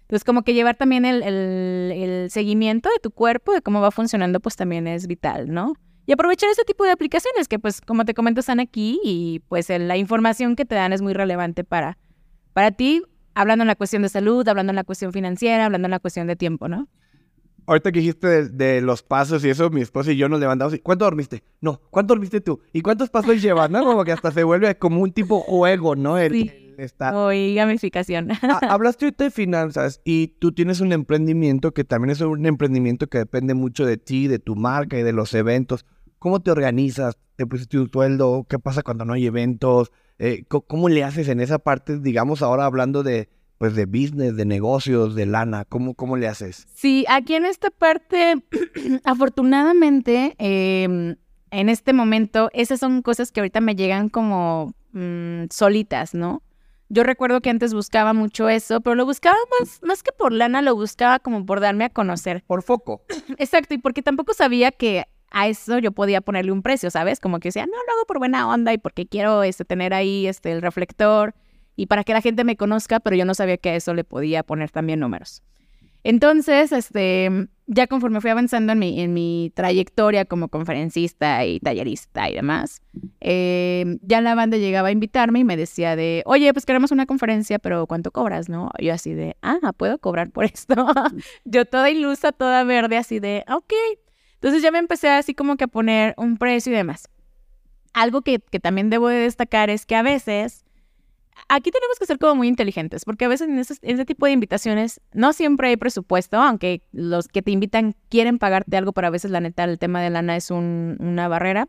Entonces, como que llevar también el, el, el seguimiento de tu cuerpo, de cómo va funcionando, pues también es vital, ¿no? Y aprovechar ese tipo de aplicaciones que, pues, como te comento, están aquí y, pues, el, la información que te dan es muy relevante para, para ti, hablando en la cuestión de salud, hablando en la cuestión financiera, hablando en la cuestión de tiempo, ¿no? Ahorita que dijiste de, de los pasos y eso, mi esposa y yo nos levantamos y ¿cuánto dormiste? No, ¿cuánto dormiste tú? ¿Y cuántos pasos llevas? ¿No? Como que hasta se vuelve como un tipo juego, ¿no? El, Sí. el estar... O y gamificación. Ha- Hablaste ahorita de finanzas y tú tienes un emprendimiento que también es un emprendimiento que depende mucho de ti, de tu marca y de los eventos. ¿Cómo te organizas? ¿Te pusiste un sueldo? ¿Qué pasa cuando no hay eventos? Eh, co- ¿Cómo le haces en esa parte, digamos, ahora hablando de, pues, de business, de negocios, de lana? ¿Cómo, cómo le haces? Sí, aquí en esta parte, afortunadamente, eh, en este momento, esas son cosas que ahorita me llegan como mm, solitas, ¿no? Yo recuerdo que antes buscaba mucho eso, pero lo buscaba más, más que por lana, lo buscaba como por darme a conocer. Por foco. Exacto, y porque tampoco sabía que a eso yo podía ponerle un precio, ¿sabes? Como que decía, no, lo hago por buena onda y porque quiero este, tener ahí este, el reflector y para que la gente me conozca, pero yo no sabía que a eso le podía poner también números. Entonces, este, ya conforme fui avanzando en mi, en mi trayectoria como conferencista y tallerista y demás, eh, ya la banda llegaba a invitarme y me decía de, oye, pues queremos una conferencia, pero ¿cuánto cobras, no? Yo así de, ah, ¿puedo cobrar por esto? Yo toda ilusa, toda verde, así de, ok. Entonces ya me empecé así como que a poner un precio y demás. Algo que, que también debo de destacar es que a veces, aquí tenemos que ser como muy inteligentes, porque a veces en ese, en ese tipo de invitaciones no siempre hay presupuesto, aunque los que te invitan quieren pagarte algo, pero a veces la neta el tema de lana es un, una barrera.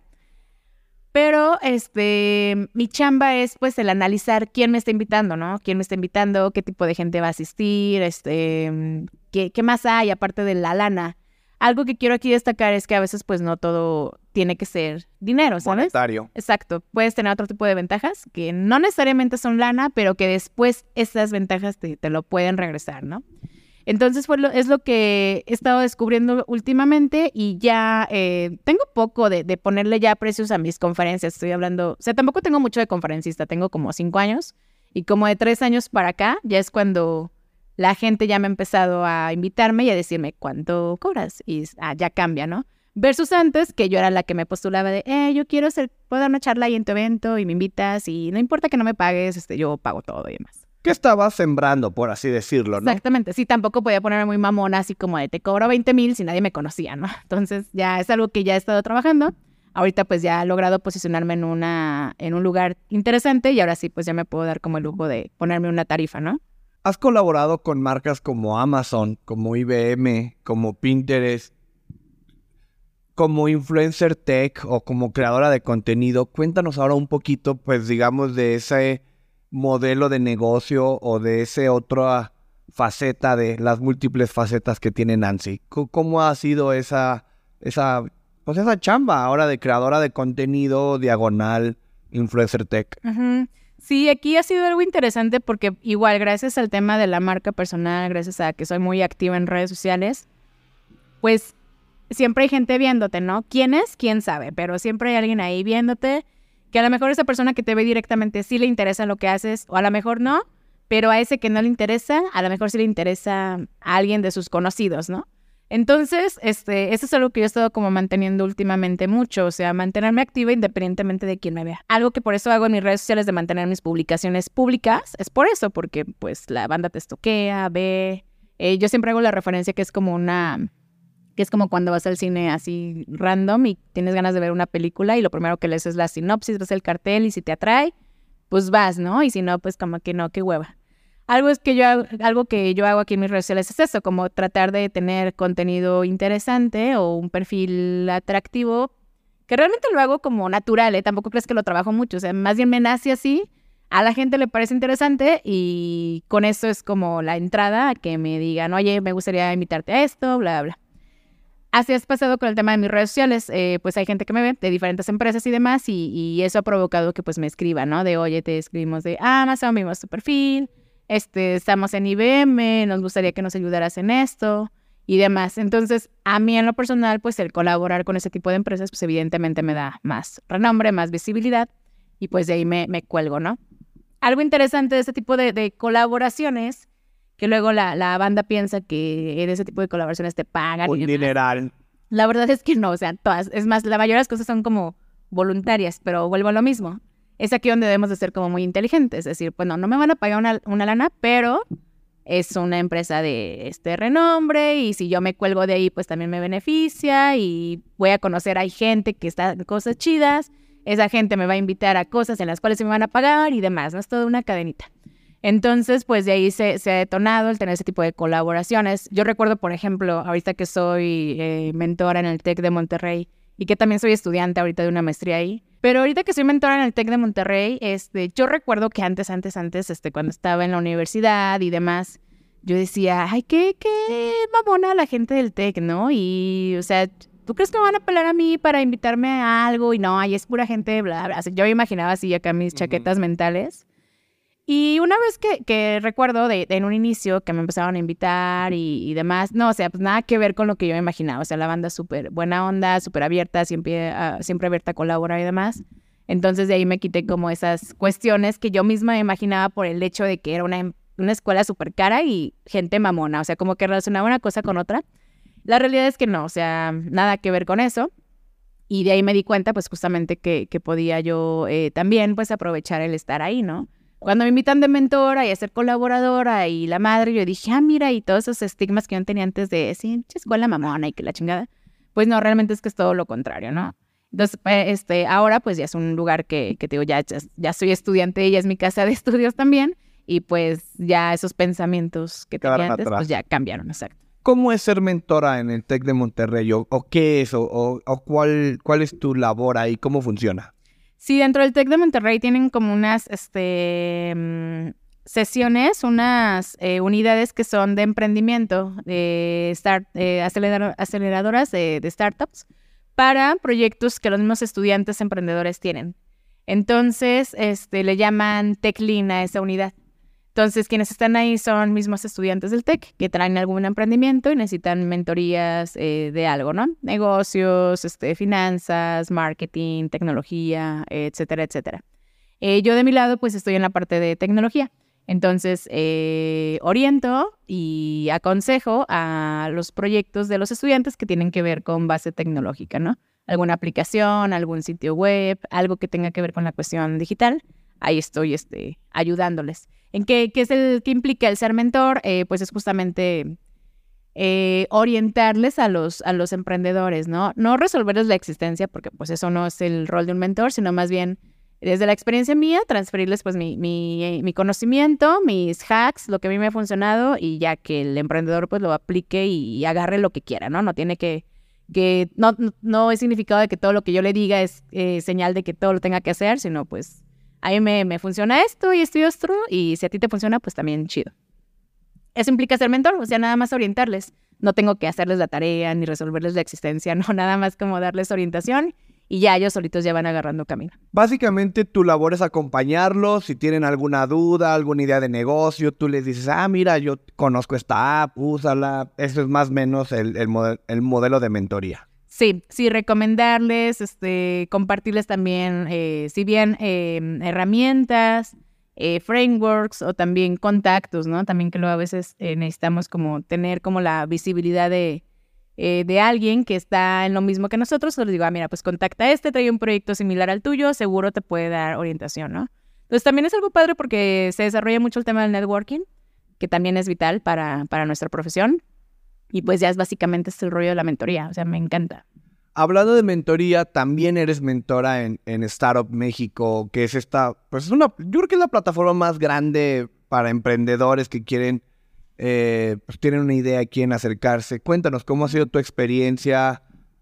Pero este, mi chamba es pues el analizar quién me está invitando, ¿no? Quién me está invitando, qué tipo de gente va a asistir, este, qué, qué más hay aparte de la lana. Algo que quiero aquí destacar es que a veces pues no todo tiene que ser dinero, ¿sabes? Monetario. Exacto. Puedes tener otro tipo de ventajas que no necesariamente son lana, pero que después esas ventajas te, te lo pueden regresar, ¿no? Entonces fue lo, es lo que he estado descubriendo últimamente y ya eh, tengo poco de, de ponerle ya precios a mis conferencias. Estoy hablando, o sea, tampoco tengo mucho de conferencista, tengo como cinco años y como de tres años para acá ya es cuando la gente ya me ha empezado a invitarme y a decirme cuánto cobras y ah, ya cambia, ¿no? Versus antes, que yo era la que me postulaba de, eh, yo quiero hacer, puedo dar una charla ahí en tu evento y me invitas y no importa que no me pagues, este, yo pago todo y demás. ¿Qué estabas sembrando, por así decirlo, no? Exactamente, sí, tampoco podía ponerme muy mamona, así como de te cobro veinte mil si nadie me conocía, ¿no? Entonces ya es algo que ya he estado trabajando. Ahorita pues ya he logrado posicionarme en, una, en un lugar interesante y ahora sí pues ya me puedo dar como el lujo de ponerme una tarifa, ¿no? Has colaborado con marcas como Amazon, como I B M, como Pinterest, como influencer tech o como creadora de contenido. Cuéntanos ahora un poquito, pues digamos, de ese modelo de negocio o de esa otra faceta de las múltiples facetas que tiene Nancy. C- ¿Cómo ha sido esa, esa, pues esa chamba ahora de creadora de contenido, diagonal, influencer tech? Uh-huh. Sí, aquí ha sido algo interesante porque igual gracias al tema de la marca personal, gracias a que soy muy activa en redes sociales, pues siempre hay gente viéndote, ¿no? ¿Quién es? ¿Quién sabe? Pero siempre hay alguien ahí viéndote que a lo mejor esa persona que te ve directamente sí le interesa lo que haces o a lo mejor no, pero a ese que no le interesa, a lo mejor sí le interesa a alguien de sus conocidos, ¿no? Entonces, este, eso es algo que yo he estado como manteniendo últimamente mucho, o sea, mantenerme activa independientemente de quién me vea. Algo que por eso hago en mis redes sociales de mantener mis publicaciones públicas, es por eso, porque pues la banda te estoquea, ve, eh, yo siempre hago la referencia que es como una... que es como cuando vas al cine así random y tienes ganas de ver una película y lo primero que lees es la sinopsis, ves el cartel y si te atrae, pues vas, ¿no? Y si no, pues como que no, qué hueva. Algo, es que yo, hago- algo que yo hago aquí en mis redes sociales es eso, como tratar de tener contenido interesante o un perfil atractivo, que realmente lo hago como natural, ¿eh? Tampoco crees que lo trabajo mucho, o sea, más bien me nace así, a la gente le parece interesante y con eso es como la entrada a que me digan, oye, me gustaría invitarte a esto, bla, bla. Así has pasado con el tema de mis redes sociales, eh, pues hay gente que me ve de diferentes empresas y demás y, y eso ha provocado que pues me escriban, ¿no? De, oye, te escribimos de Amazon, vimos tu perfil, este, estamos en I B M, nos gustaría que nos ayudaras en esto y demás. Entonces, a mí en lo personal, pues el colaborar con ese tipo de empresas, pues evidentemente me da más renombre, más visibilidad y pues de ahí me, me cuelgo, ¿no? Algo interesante de este tipo de, de colaboraciones que luego la, la banda piensa que en ese tipo de colaboraciones te pagan. Un dineral. La verdad es que no, o sea, todas, es más, la mayoría de las cosas son como voluntarias, pero vuelvo a lo mismo. Es aquí donde debemos de ser como muy inteligentes, es decir, bueno, no me van a pagar una, una lana, pero es una empresa de este renombre y si yo me cuelgo de ahí, pues también me beneficia y voy a conocer, hay gente que está en cosas chidas, esa gente me va a invitar a cosas en las cuales se me van a pagar y demás, ¿no? Es toda una cadenita. Entonces, pues de ahí se, se ha detonado el tener ese tipo de colaboraciones. Yo recuerdo, por ejemplo, ahorita que soy eh, mentora en el TEC de Monterrey y que también soy estudiante ahorita de una maestría ahí, pero ahorita que soy mentora en el TEC de Monterrey, este, yo recuerdo que antes, antes, antes, este, cuando estaba en la universidad y demás, yo decía, ay, qué, qué mamona la gente del TEC, ¿no? Y, o sea, ¿tú crees que me van a pelar a mí para invitarme a algo? Y no, ay, es pura gente, bla, bla. O sea, yo me imaginaba así acá mis chaquetas uh-huh. mentales. Y una vez que, que recuerdo de, de en un inicio que me empezaron a invitar y, y demás, no, o sea, pues nada que ver con lo que yo me imaginaba. O sea, la banda súper buena onda, súper abierta, siempre, uh, siempre abierta a colaborar y demás. Entonces de ahí me quité como esas cuestiones que yo misma me imaginaba por el hecho de que era una, una escuela súper cara y gente mamona. O sea, como que relacionaba una cosa con otra. La realidad es que no, o sea, nada que ver con eso. Y de ahí me di cuenta, pues justamente que, que podía yo eh, también, pues aprovechar el estar ahí, ¿no? Cuando me invitan de mentora y a ser colaboradora y la madre, yo dije, ah, mira, y todos esos estigmas que yo tenía antes de, sí, escuela mamona y que la chingada, pues no, realmente es que es todo lo contrario, ¿no? Entonces, este, ahora pues ya es un lugar que, que te digo, ya, ya, ya soy estudiante y ya es mi casa de estudios también, y pues ya esos pensamientos que tenía antes, atrás. Pues ya cambiaron, exacto. ¿Cómo es ser mentora en el TEC de Monterrey? ¿O, o qué es? ¿O, o, o cuál, cuál es tu labor ahí? ¿Cómo funciona? Sí, dentro del TEC de Monterrey tienen como unas este, um, sesiones, unas eh, unidades que son de emprendimiento, de start, eh, acelerador, aceleradoras de, de startups para proyectos que los mismos estudiantes emprendedores tienen. Entonces, este, le llaman TECLIN a esa unidad. Entonces, quienes están ahí son mismos estudiantes del TEC que traen algún emprendimiento y necesitan mentorías eh, de algo, ¿no? Negocios, este, finanzas, marketing, tecnología, etcétera, etcétera. Eh, yo de mi lado, pues estoy en la parte de tecnología. Entonces, eh, oriento y aconsejo a los proyectos de los estudiantes que tienen que ver con base tecnológica, ¿no? Alguna aplicación, algún sitio web, algo que tenga que ver con la cuestión digital. Ahí estoy este, ayudándoles. ¿En qué, qué es el qué implica el ser mentor? Eh, pues es justamente eh, orientarles a los, a los emprendedores, ¿no? No resolverles la existencia, porque pues eso no es el rol de un mentor, sino más bien desde la experiencia mía, transferirles pues mi, mi, mi conocimiento, mis hacks, lo que a mí me ha funcionado y ya que el emprendedor pues lo aplique y, y agarre lo que quiera, ¿no? No tiene que, que no, no es significado de que todo lo que yo le diga es eh, señal de que todo lo tenga que hacer, sino pues a mí me, me funciona esto y esto y esto, y si a ti te funciona, pues también chido. Eso implica ser mentor, o sea, nada más orientarles. No tengo que hacerles la tarea ni resolverles la existencia, no, nada más como darles orientación y ya ellos solitos ya van agarrando camino. Básicamente tu labor es acompañarlos, si tienen alguna duda, alguna idea de negocio, tú les dices, ah, mira, yo conozco esta app, úsala. Eso es más o menos el, el, model, el modelo de mentoría. Sí, sí, recomendarles, este, compartirles también, eh, si bien eh, herramientas, eh, frameworks o también contactos, ¿no? También que luego a veces eh, necesitamos como tener como la visibilidad de, eh, de alguien que está en lo mismo que nosotros. Les digo, ah, mira, pues contacta a este, trae un proyecto similar al tuyo, seguro te puede dar orientación, ¿no? Entonces también es algo padre porque se desarrolla mucho el tema del networking, que también es vital para, para nuestra profesión. Y pues ya es básicamente este el rollo de la mentoría, o sea, me encanta. Hablando de mentoría, también eres mentora en, en Startup México, que es esta, pues es una, yo creo que es la plataforma más grande para emprendedores que quieren, eh, pues tienen una idea y quieren acercarse. Cuéntanos, ¿cómo ha sido tu experiencia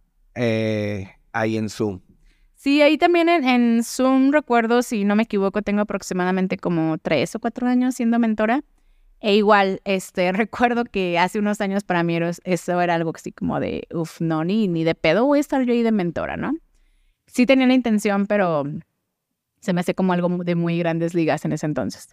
eh, ahí en Zoom? Sí, ahí también en, en Zoom, recuerdo, si no me equivoco, tengo aproximadamente como tres o cuatro años siendo mentora. E igual, este, recuerdo que hace unos años para mí eso era algo así como de, uff, no, ni, ni de pedo voy a estar yo ahí de mentora, ¿no? Sí tenía la intención, pero se me hace como algo de muy grandes ligas en ese entonces.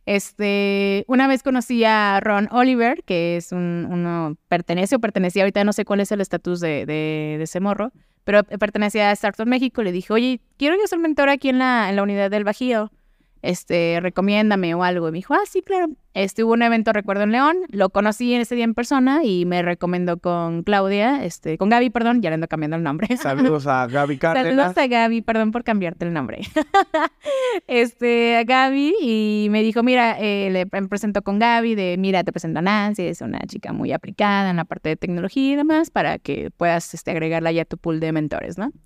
Este, una vez conocí a Ron Oliver, que es un, uno, pertenece o pertenecía, ahorita no sé cuál es el estatus de, de, de ese morro, pero pertenecía a Startup México. Le dije, oye, quiero yo ser mentora aquí en la, en la unidad del Bajío. este, recomiéndame o algo. Y me dijo, ah, sí, claro. Este, hubo un evento, recuerdo, en León, lo conocí en ese día en persona y me recomendó con Claudia, este, con Gaby, perdón, ya le ando cambiando el nombre. Saludos a Gaby Cárdenas. Saludos a Gaby, perdón por cambiarte el nombre. este, a Gaby, y me dijo, mira, eh, le me presentó con Gaby, de mira, te presento a Nancy, es una chica muy aplicada en la parte de tecnología y demás, para que puedas este, agregarla ya a tu pool de mentores, ¿no?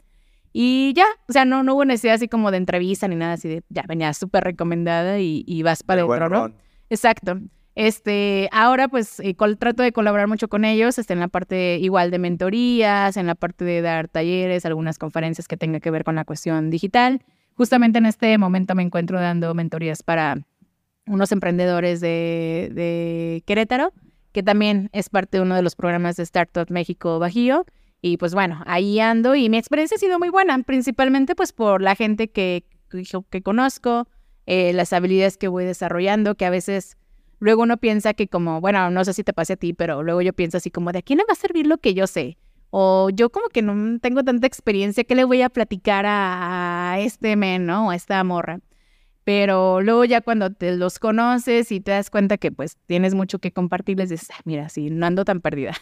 Y ya, o sea, no, no hubo necesidad así como de entrevista ni nada así de, ya venía súper recomendada y, y vas para adentro, ¿no? Exacto. Este, ahora pues eh, col- trato de colaborar mucho con ellos, este, en la parte igual de mentorías, en la parte de dar talleres, algunas conferencias que tengan que ver con la cuestión digital. Justamente en este momento me encuentro dando mentorías para unos emprendedores de, de Querétaro, que también es parte de uno de los programas de Startup México Bajío. Y pues bueno, ahí ando y mi experiencia ha sido muy buena, principalmente pues por la gente que, que conozco, eh, las habilidades que voy desarrollando, que a veces luego uno piensa que como, bueno, no sé si te pase a ti, pero luego yo pienso así como, ¿de a quién le va a servir lo que yo sé? O yo como que no tengo tanta experiencia, ¿qué le voy a platicar a, a este men, ¿no? O a esta morra. Pero luego ya cuando te los conoces y te das cuenta que pues tienes mucho que compartirles, dices, ah, mira, sí, no ando tan perdida.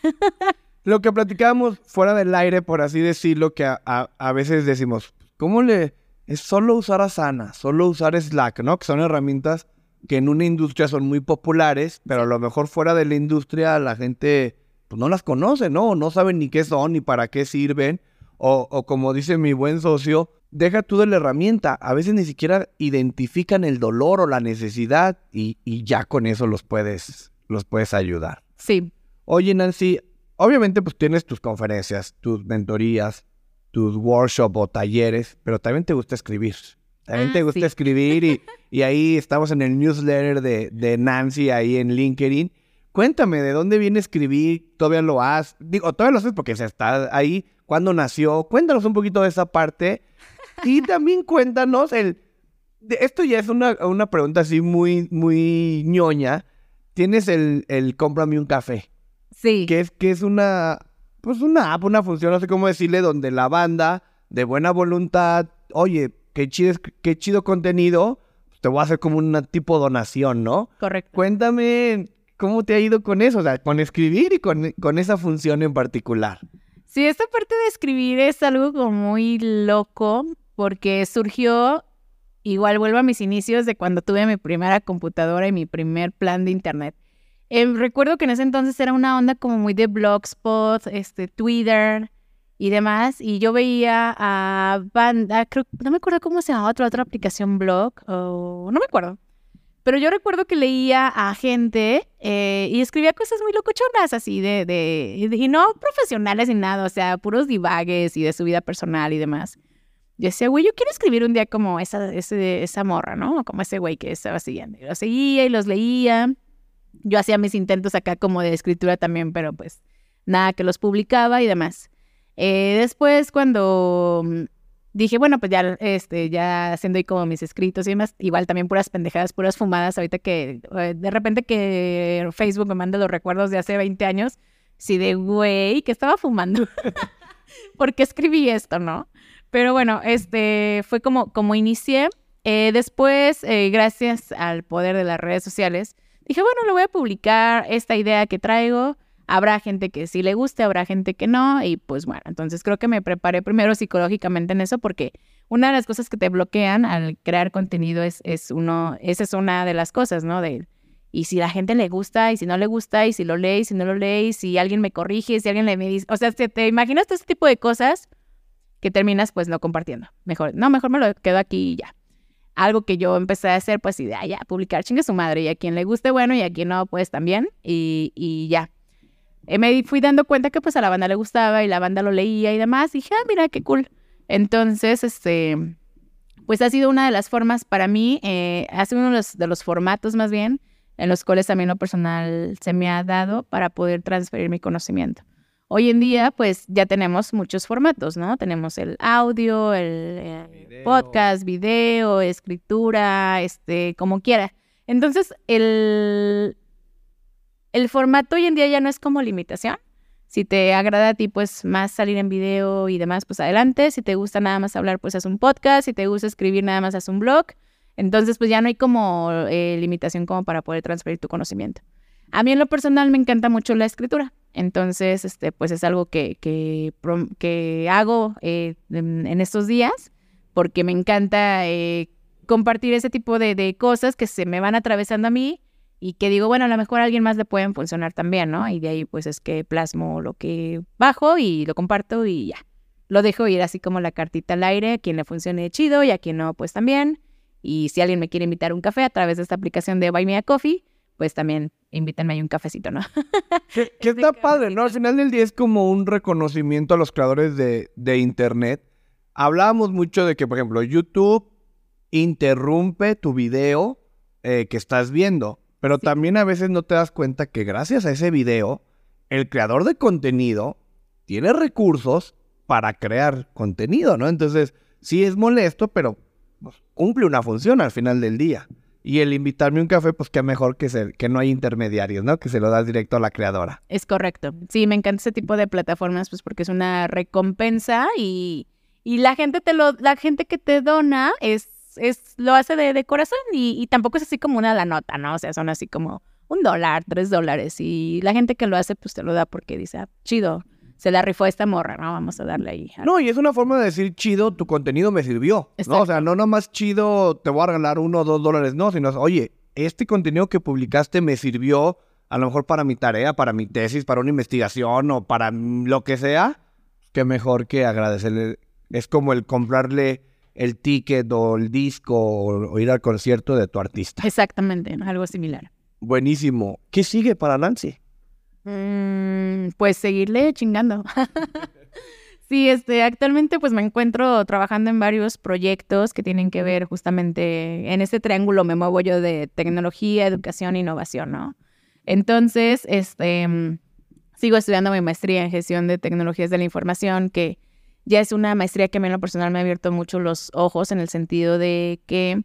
Lo que platicábamos fuera del aire, por así decirlo, que a, a, a veces decimos, ¿cómo le...? Es solo usar Asana, solo usar Slack, ¿no? Que son herramientas que en una industria son muy populares, pero a lo mejor fuera de la industria la gente pues no las conoce, ¿no? No saben ni qué son, ni para qué sirven. O, o como dice mi buen socio, deja tú de la herramienta. A veces ni siquiera identifican el dolor o la necesidad y, y ya con eso los puedes, los puedes ayudar. Sí. Oye, Nancy, obviamente pues tienes tus conferencias, tus mentorías, tus workshops o talleres, pero también te gusta escribir. También ah, te gusta sí. escribir y, y ahí estamos en el newsletter de, de Nancy ahí en LinkedIn. Cuéntame, ¿de dónde viene escribir? ¿Todavía lo haces? Digo, todavía lo haces porque se está ahí. ¿Cuándo nació? Cuéntanos un poquito de esa parte. Y también cuéntanos el... de, esto ya es una, una pregunta así muy, muy ñoña. Tienes el, el cómprame un café. Sí. Que es, que es una... Pues una app, una función, no sé cómo decirle, donde la banda de buena voluntad, oye, qué chido, qué chido contenido, te voy a hacer como una tipo donación, ¿no? Correcto. Cuéntame cómo te ha ido con eso, o sea, con escribir y con, con esa función en particular. Sí, esta parte de escribir es algo como muy loco porque surgió, igual vuelvo a mis inicios de cuando tuve mi primera computadora y mi primer plan de internet. Eh, recuerdo que en ese entonces era una onda como muy de Blogspot, este, Twitter y demás, y yo veía a banda, creo, no me acuerdo cómo se llama otra, otra aplicación blog, o no me acuerdo, pero yo recuerdo que leía a gente eh, y escribía cosas muy locochonas así, de, de, de, y no profesionales ni nada, o sea, puros divagues y de su vida personal y demás. Yo decía, güey, yo quiero escribir un día como esa, ese, esa morra, ¿no? Como ese güey que estaba siguiendo. Y los seguía y los leía. Yo hacía mis intentos acá como de escritura también, pero pues nada, que los publicaba y demás. Eh, después cuando dije, bueno, pues ya, este, ya haciendo ahí como mis escritos y demás, igual también puras pendejadas, puras fumadas, ahorita que eh, de repente que Facebook me manda los recuerdos de hace veinte años, sí de, güey, que estaba fumando. ¿Por qué escribí esto, no? Pero bueno, este fue como, como inicié. Eh, después, eh, gracias al poder de las redes sociales, dije, bueno, lo voy a publicar, esta idea que traigo. Habrá gente que sí le guste, habrá gente que no. Y pues bueno, entonces creo que me preparé primero psicológicamente en eso porque una de las cosas que te bloquean al crear contenido es, es uno, esa es una de las cosas, ¿no? De, y si la gente le gusta, y si no le gusta, y si lo lee, y si no lo lee, y si alguien me corrige, si alguien le me dice... O sea, te, te imaginas todo ese tipo de cosas que terminas pues no compartiendo. Mejor, no, mejor me lo quedo aquí y ya. Algo que yo empecé a hacer, pues, y de, ah, ya, publicar, chingue su madre. Y a quien le guste, bueno, y a quien no, pues, también. Y, y ya. Eh, me fui dando cuenta que, pues, a la banda le gustaba y la banda lo leía y demás. Y dije, ah, mira, qué cool. Entonces, este, pues, ha sido una de las formas para mí, eh, ha sido uno de los, de los formatos, más bien, en los cuales también lo personal se me ha dado para poder transferir mi conocimiento. Hoy en día, pues, ya tenemos muchos formatos, ¿no? Tenemos el audio, el, el video. podcast, video, escritura, este, como quiera. Entonces, el, el formato hoy en día ya no es como limitación. Si te agrada a ti, pues, más salir en video y demás, pues, adelante. Si te gusta nada más hablar, pues, haz un podcast. Si te gusta escribir, nada más haz un blog. Entonces, pues ya no hay como eh, limitación como para poder transferir tu conocimiento. A mí en lo personal me encanta mucho la escritura. Entonces, este, pues es algo que, que, que hago eh, en, en estos días porque me encanta eh, compartir ese tipo de, de cosas que se me van atravesando a mí y que digo, bueno, a lo mejor a alguien más le pueden funcionar también, ¿no? Y de ahí pues es que plasmo lo que bajo y lo comparto y ya. Lo dejo ir así como la cartita al aire, a quien le funcione chido y a quien no, pues también. Y si alguien me quiere invitar a un café a través de esta aplicación de Buy Me a Coffee, pues también invítenme ahí un cafecito, ¿no? Que, que está padre, ¿no? Al final del día es como un reconocimiento a los creadores de, de Internet. Hablábamos mucho de que, por ejemplo, YouTube interrumpe tu video eh, que estás viendo, pero sí. También a veces no te das cuenta que gracias a ese video, el creador de contenido tiene recursos para crear contenido, ¿no? Entonces, sí es molesto, pero pues, cumple una función al final del día. Y el invitarme a un café, pues qué mejor que, ser, que no hay intermediarios, ¿no? Que se lo das directo a la creadora. Es correcto. Sí, me encanta ese tipo de plataformas, pues porque es una recompensa y, y la gente te lo, la gente que te dona es, es lo hace de, de corazón y, y tampoco es así como una la nota, ¿no? O sea, son así como un dólar, tres dólares y la gente que lo hace, pues te lo da porque dice, ah, chido. Se la rifó esta morra, ¿no? Vamos a darle ahí. No, y es una forma de decir, chido, tu contenido me sirvió, Exacto. ¿no? O sea, no nomás chido, te voy a regalar uno o dos dólares, no, sino, oye, este contenido que publicaste me sirvió a lo mejor para mi tarea, para mi tesis, para una investigación o para lo que sea, qué mejor que agradecerle. Es como el comprarle el ticket o el disco o, o ir al concierto de tu artista. Exactamente, ¿no? Algo similar. Buenísimo. ¿Qué sigue para Nancy? Mm, pues seguirle chingando. Sí, este, actualmente pues me encuentro trabajando en varios proyectos que tienen que ver justamente en este triángulo me muevo yo de tecnología, educación e innovación, ¿no? Entonces, este, sigo estudiando mi maestría en gestión de tecnologías de la información, que ya es una maestría que a mí en lo personal me ha abierto mucho los ojos en el sentido de que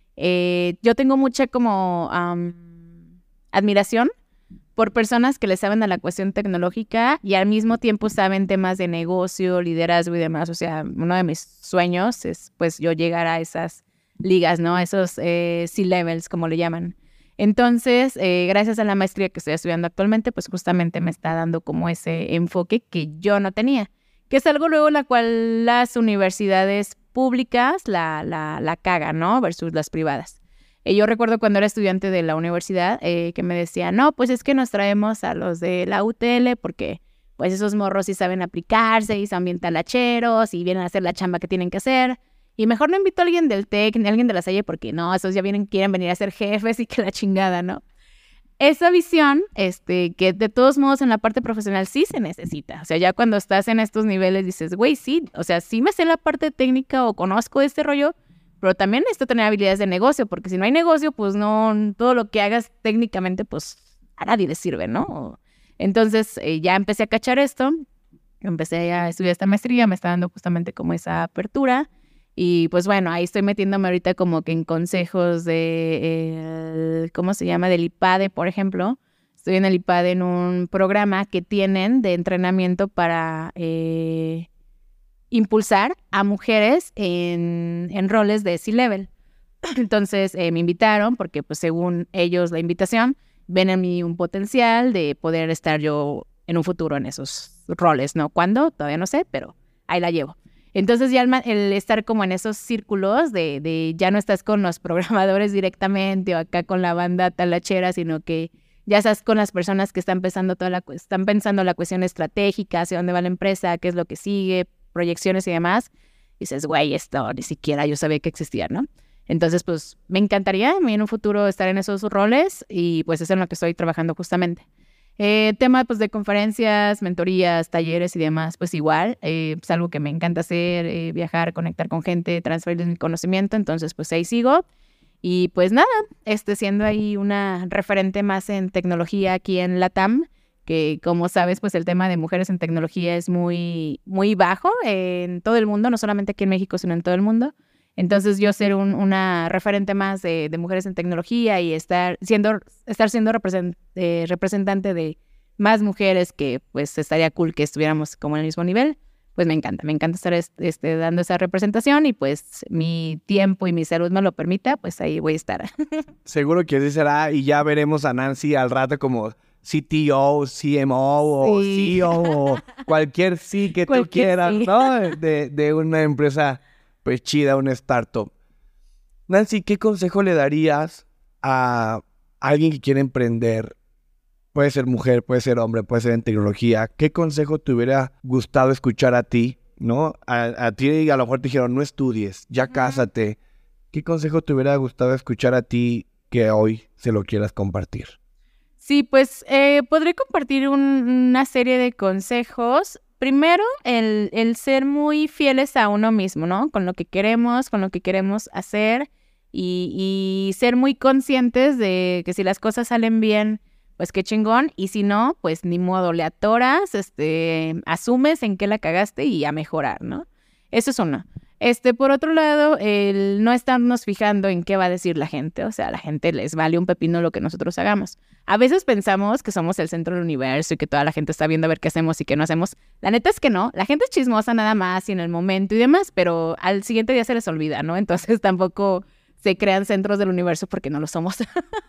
eh, yo tengo mucha como um, admiración por personas que le saben a la cuestión tecnológica y al mismo tiempo saben temas de negocio, liderazgo y demás. O sea, uno de mis sueños es, pues, yo llegar a esas ligas, ¿no? A esos eh, C-levels, como le llaman. Entonces, eh, gracias a la maestría que estoy estudiando actualmente, pues, justamente me está dando como ese enfoque que yo no tenía, que es algo luego la cual las universidades públicas la, la, la cagan, ¿no? Versus las privadas. Yo recuerdo cuando era estudiante de la universidad eh, que me decían, no, pues es que nos traemos a los de la U T L porque pues esos morros sí saben aplicarse y son bien talacheros y vienen a hacer la chamba que tienen que hacer. Y mejor no invito a alguien del TEC ni a alguien de la Salle porque no, esos ya vienen, quieren venir a ser jefes y que la chingada, ¿no? Esa visión, este, que de todos modos en la parte profesional sí se necesita. O sea, ya cuando estás en estos niveles dices, güey, sí, o sea, sí me sé la parte técnica o conozco este rollo, pero también necesito tener habilidades de negocio, porque si no hay negocio, pues no, todo lo que hagas técnicamente, pues a nadie le sirve, ¿no? Entonces eh, ya empecé a cachar esto, empecé a estudiar esta maestría, me está dando justamente como esa apertura, y pues bueno, ahí estoy metiéndome ahorita como que en consejos de, eh, ¿cómo se llama? Del IPADE, por ejemplo. Estoy en el IPADE en un programa que tienen de entrenamiento para... Eh, impulsar a mujeres en, en roles de C-level. Entonces eh, me invitaron porque pues según ellos la invitación ven en mí un potencial de poder estar yo en un futuro en esos roles, ¿no? ¿Cuándo? Todavía no sé, pero ahí la llevo. Entonces ya el, el estar como en esos círculos de, de ya no estás con los programadores directamente o acá con la banda talachera, sino que ya estás con las personas que están pensando toda la, están pensando la cuestión estratégica, hacia dónde va la empresa, qué es lo que sigue, proyecciones y demás, y dices, güey, esto ni siquiera yo sabía que existía, ¿no? Entonces, pues, me encantaría en un futuro estar en esos roles y pues es en lo que estoy trabajando justamente. Eh, tema, pues, de conferencias, mentorías, talleres y demás, pues igual, eh, es algo que me encanta hacer, eh, viajar, conectar con gente, transferirles mi conocimiento, entonces, pues, ahí sigo. Y pues nada, este, siendo ahí una referente más en tecnología aquí en LATAM, que como sabes, pues el tema de mujeres en tecnología es muy, muy bajo en todo el mundo, no solamente aquí en México, sino en todo el mundo. Entonces yo ser un, una referente más de, de mujeres en tecnología y estar siendo, estar siendo represent, eh, representante de más mujeres que pues estaría cool que estuviéramos como en el mismo nivel, pues me encanta, me encanta estar este, este, dando esa representación y pues mi tiempo y mi salud me lo permita, pues ahí voy a estar. Seguro que así será y ya veremos a Nancy al rato como C T O, C M O sí. o C E O o cualquier sí que cualquier tú quieras, sí. ¿no? De, de una empresa pues chida, una startup. Nancy, ¿qué consejo le darías a alguien que quiere emprender? Puede ser mujer, puede ser hombre, puede ser en tecnología. ¿Qué consejo te hubiera gustado escuchar a ti, no? A, a ti a lo mejor te dijeron, no estudies, ya cásate. ¿Qué consejo te hubiera gustado escuchar a ti que hoy se lo quieras compartir? Sí, pues eh, podré compartir un, una serie de consejos. Primero, el, el ser muy fieles a uno mismo, ¿no? Con lo que queremos, con lo que queremos hacer y, y ser muy conscientes de que si las cosas salen bien, pues qué chingón, y si no, pues ni modo, le atoras, este, asumes en qué la cagaste y a mejorar, ¿no? Eso es uno. Este, por otro lado, el no estarnos fijando en qué va a decir la gente, o sea, a la gente les vale un pepino lo que nosotros hagamos. A veces pensamos que somos el centro del universo y que toda la gente está viendo a ver qué hacemos y qué no hacemos. La neta es que no, la gente es chismosa nada más y en el momento y demás, pero al siguiente día se les olvida, ¿no? Entonces tampoco se crean centros del universo porque no lo somos.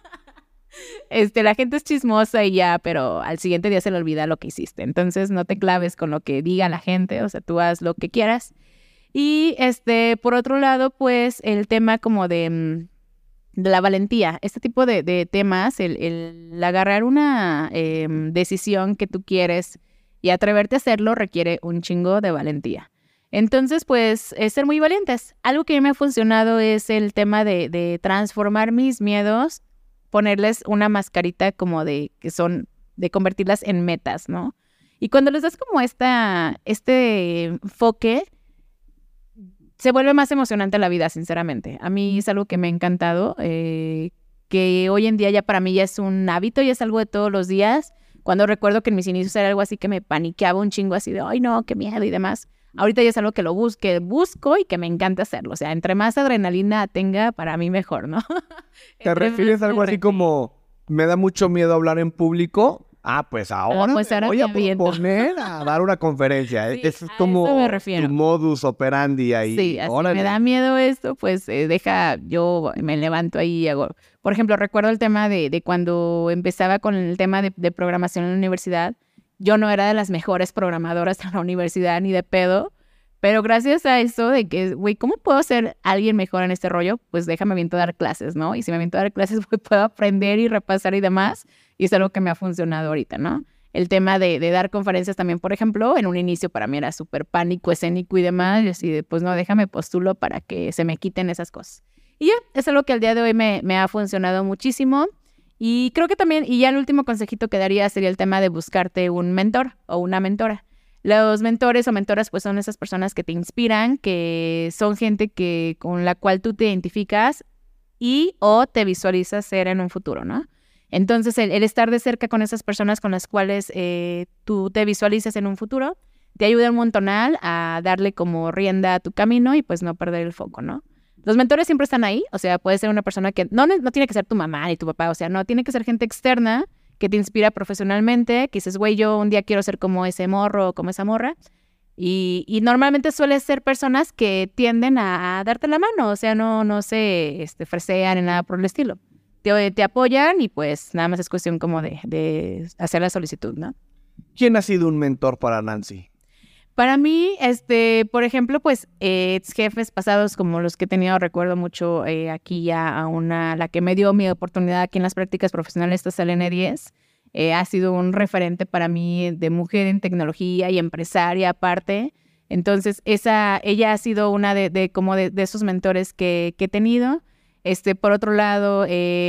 Este, la gente es chismosa y ya, pero al siguiente día se le olvida lo que hiciste. Entonces no te claves con lo que diga la gente, o sea, tú haz lo que quieras. Y este, por otro lado, pues el tema como de, de la valentía, este tipo de, de temas, el, el agarrar una eh, decisión que tú quieres y atreverte a hacerlo requiere un chingo de valentía. Entonces, pues, es ser muy valientes. Algo que a mí me ha funcionado es el tema de, de transformar mis miedos, ponerles una mascarita como de que son, de convertirlas en metas, ¿no? Y cuando les das como esta, este enfoque, se vuelve más emocionante la vida, sinceramente. A mí es algo que me ha encantado, eh, que hoy en día ya para mí ya es un hábito, ya es algo de todos los días. Cuando recuerdo que en mis inicios era algo así que me paniqueaba un chingo así de, ay no, qué miedo y demás. Ahorita ya es algo que lo busque, busco y que me encanta hacerlo. O sea, entre más adrenalina tenga, para mí mejor, ¿no? ¿Te refieres a algo así como, me da mucho miedo hablar en público? Ah, pues ahora, ah, pues ahora me voy a aviento. poner a dar una conferencia. Sí, eso es como tu modus operandi ahí. Sí, así me da miedo esto, pues eh, deja, yo me levanto ahí y hago. Por ejemplo, recuerdo el tema de, de cuando empezaba con el tema de, de programación en la universidad. Yo no era de las mejores programadoras en la universidad ni de pedo, pero gracias a eso de que, güey, ¿cómo puedo ser alguien mejor en este rollo? Pues déjame aviento a dar clases, ¿no? Y si me aviento a dar clases, pues puedo aprender y repasar y demás. Y es algo que me ha funcionado ahorita, ¿no? El tema de, de dar conferencias también, por ejemplo, en un inicio para mí era súper pánico, escénico y demás. Y así de, pues no, déjame postulo para que se me quiten esas cosas. Y ya, es algo que al día de hoy me, me ha funcionado muchísimo. Y creo que también, y ya el último consejito que daría sería el tema de buscarte un mentor o una mentora. Los mentores o mentoras pues son esas personas que te inspiran, que son gente que, con la cual tú te identificas y o te visualizas ser en un futuro, ¿no? Entonces el, el estar de cerca con esas personas con las cuales eh, tú te visualizas en un futuro te ayuda un montonal a darle como rienda a tu camino y pues no perder el foco, ¿no? Los mentores siempre están ahí, o sea, puede ser una persona que no, no tiene que ser tu mamá ni tu papá, o sea, no, tiene que ser gente externa que te inspira profesionalmente, que dices, güey, yo un día quiero ser como ese morro o como esa morra. Y, y normalmente suele ser personas que tienden a, a darte la mano, o sea, no, no se este, fresean ni nada por el estilo. Te, te apoyan y pues nada más es cuestión como de, de hacer la solicitud, ¿no? ¿Quién ha sido un mentor para Nancy? Para mí, este, por ejemplo, pues, eh, ex jefes pasados como los que he tenido, recuerdo mucho eh, aquí ya a una, la que me dio mi oportunidad aquí en las prácticas profesionales, esta Selene diez, eh, ha sido un referente para mí de mujer en tecnología y empresaria aparte. Entonces, esa, ella ha sido una de, de como de, de esos mentores que, que he tenido. Este, por otro lado,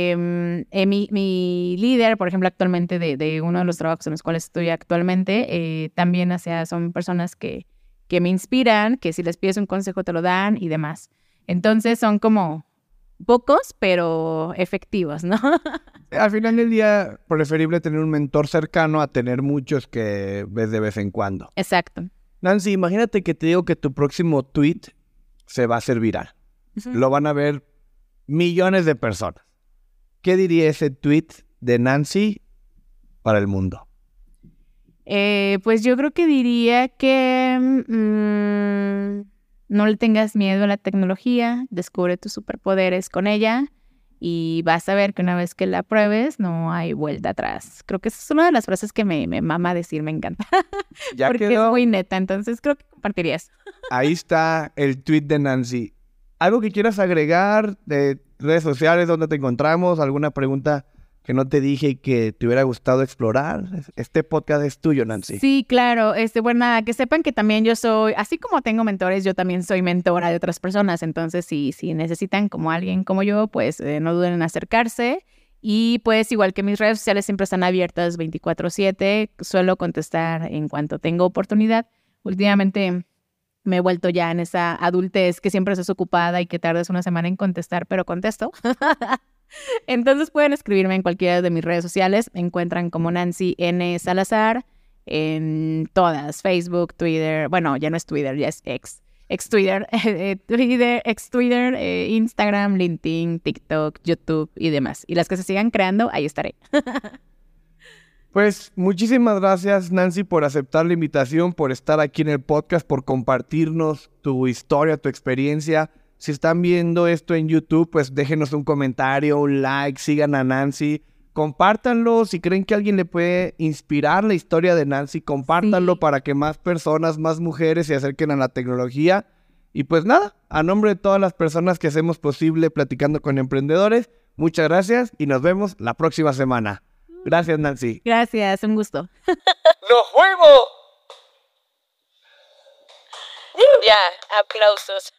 eh, eh, mi, mi líder, por ejemplo, actualmente de, de uno de los trabajos en los cuales estoy actualmente, eh, también o sea, son personas que, que me inspiran, que si les pides un consejo te lo dan y demás. Entonces son como pocos, pero efectivos, ¿no? Al final del día, preferible tener un mentor cercano a tener muchos que ves de vez en cuando. Exacto. Nancy, imagínate que te digo que tu próximo tweet se va a hacer viral. Uh-huh. Lo van a ver millones de personas. ¿Qué diría ese tweet de Nancy para el mundo? Eh, pues yo creo que diría que mmm, no le tengas miedo a la tecnología, descubre tus superpoderes con ella y vas a ver que una vez que la pruebes no hay vuelta atrás. Creo que esa es una de las frases que me, me mama decir, me encanta. Ya porque quedó. Es muy neta, entonces creo que compartirías. Ahí está el tweet de Nancy. ¿Algo que quieras agregar de redes sociales, donde te encontramos? ¿Alguna pregunta que no te dije y que te hubiera gustado explorar? Este podcast es tuyo, Nancy. Sí, claro. Este, bueno, nada, que sepan que también yo soy, así como tengo mentores, yo también soy mentora de otras personas. Entonces, si, si necesitan como alguien como yo, pues eh, no duden en acercarse. Y pues igual que mis redes sociales siempre están abiertas veinticuatro siete, suelo contestar en cuanto tengo oportunidad. Últimamente me he vuelto ya en esa adultez que siempre estás ocupada y que tardas una semana en contestar, pero contesto. Entonces pueden escribirme en cualquiera de mis redes sociales. Me encuentran como Nancy N. Salazar en todas, Facebook, Twitter. Bueno, ya no es Twitter, ya es ex. Ex Twitter, eh, Twitter, ex Twitter, eh, Instagram, LinkedIn, TikTok, YouTube y demás. Y las que se sigan creando, ahí estaré. Pues muchísimas gracias, Nancy, por aceptar la invitación, por estar aquí en el podcast, por compartirnos tu historia, tu experiencia. Si están viendo esto en YouTube, pues déjenos un comentario, un like, sigan a Nancy, compártanlo. Si creen que a alguien le puede inspirar la historia de Nancy, compártanlo sí. para que más personas, más mujeres se acerquen a la tecnología. Y pues nada, a nombre de todas las personas que hacemos posible Platicando con Emprendedores, muchas gracias y nos vemos la próxima semana. Gracias, Nancy. Gracias, un gusto. ¡Nos fuimos! Ya, aplausos.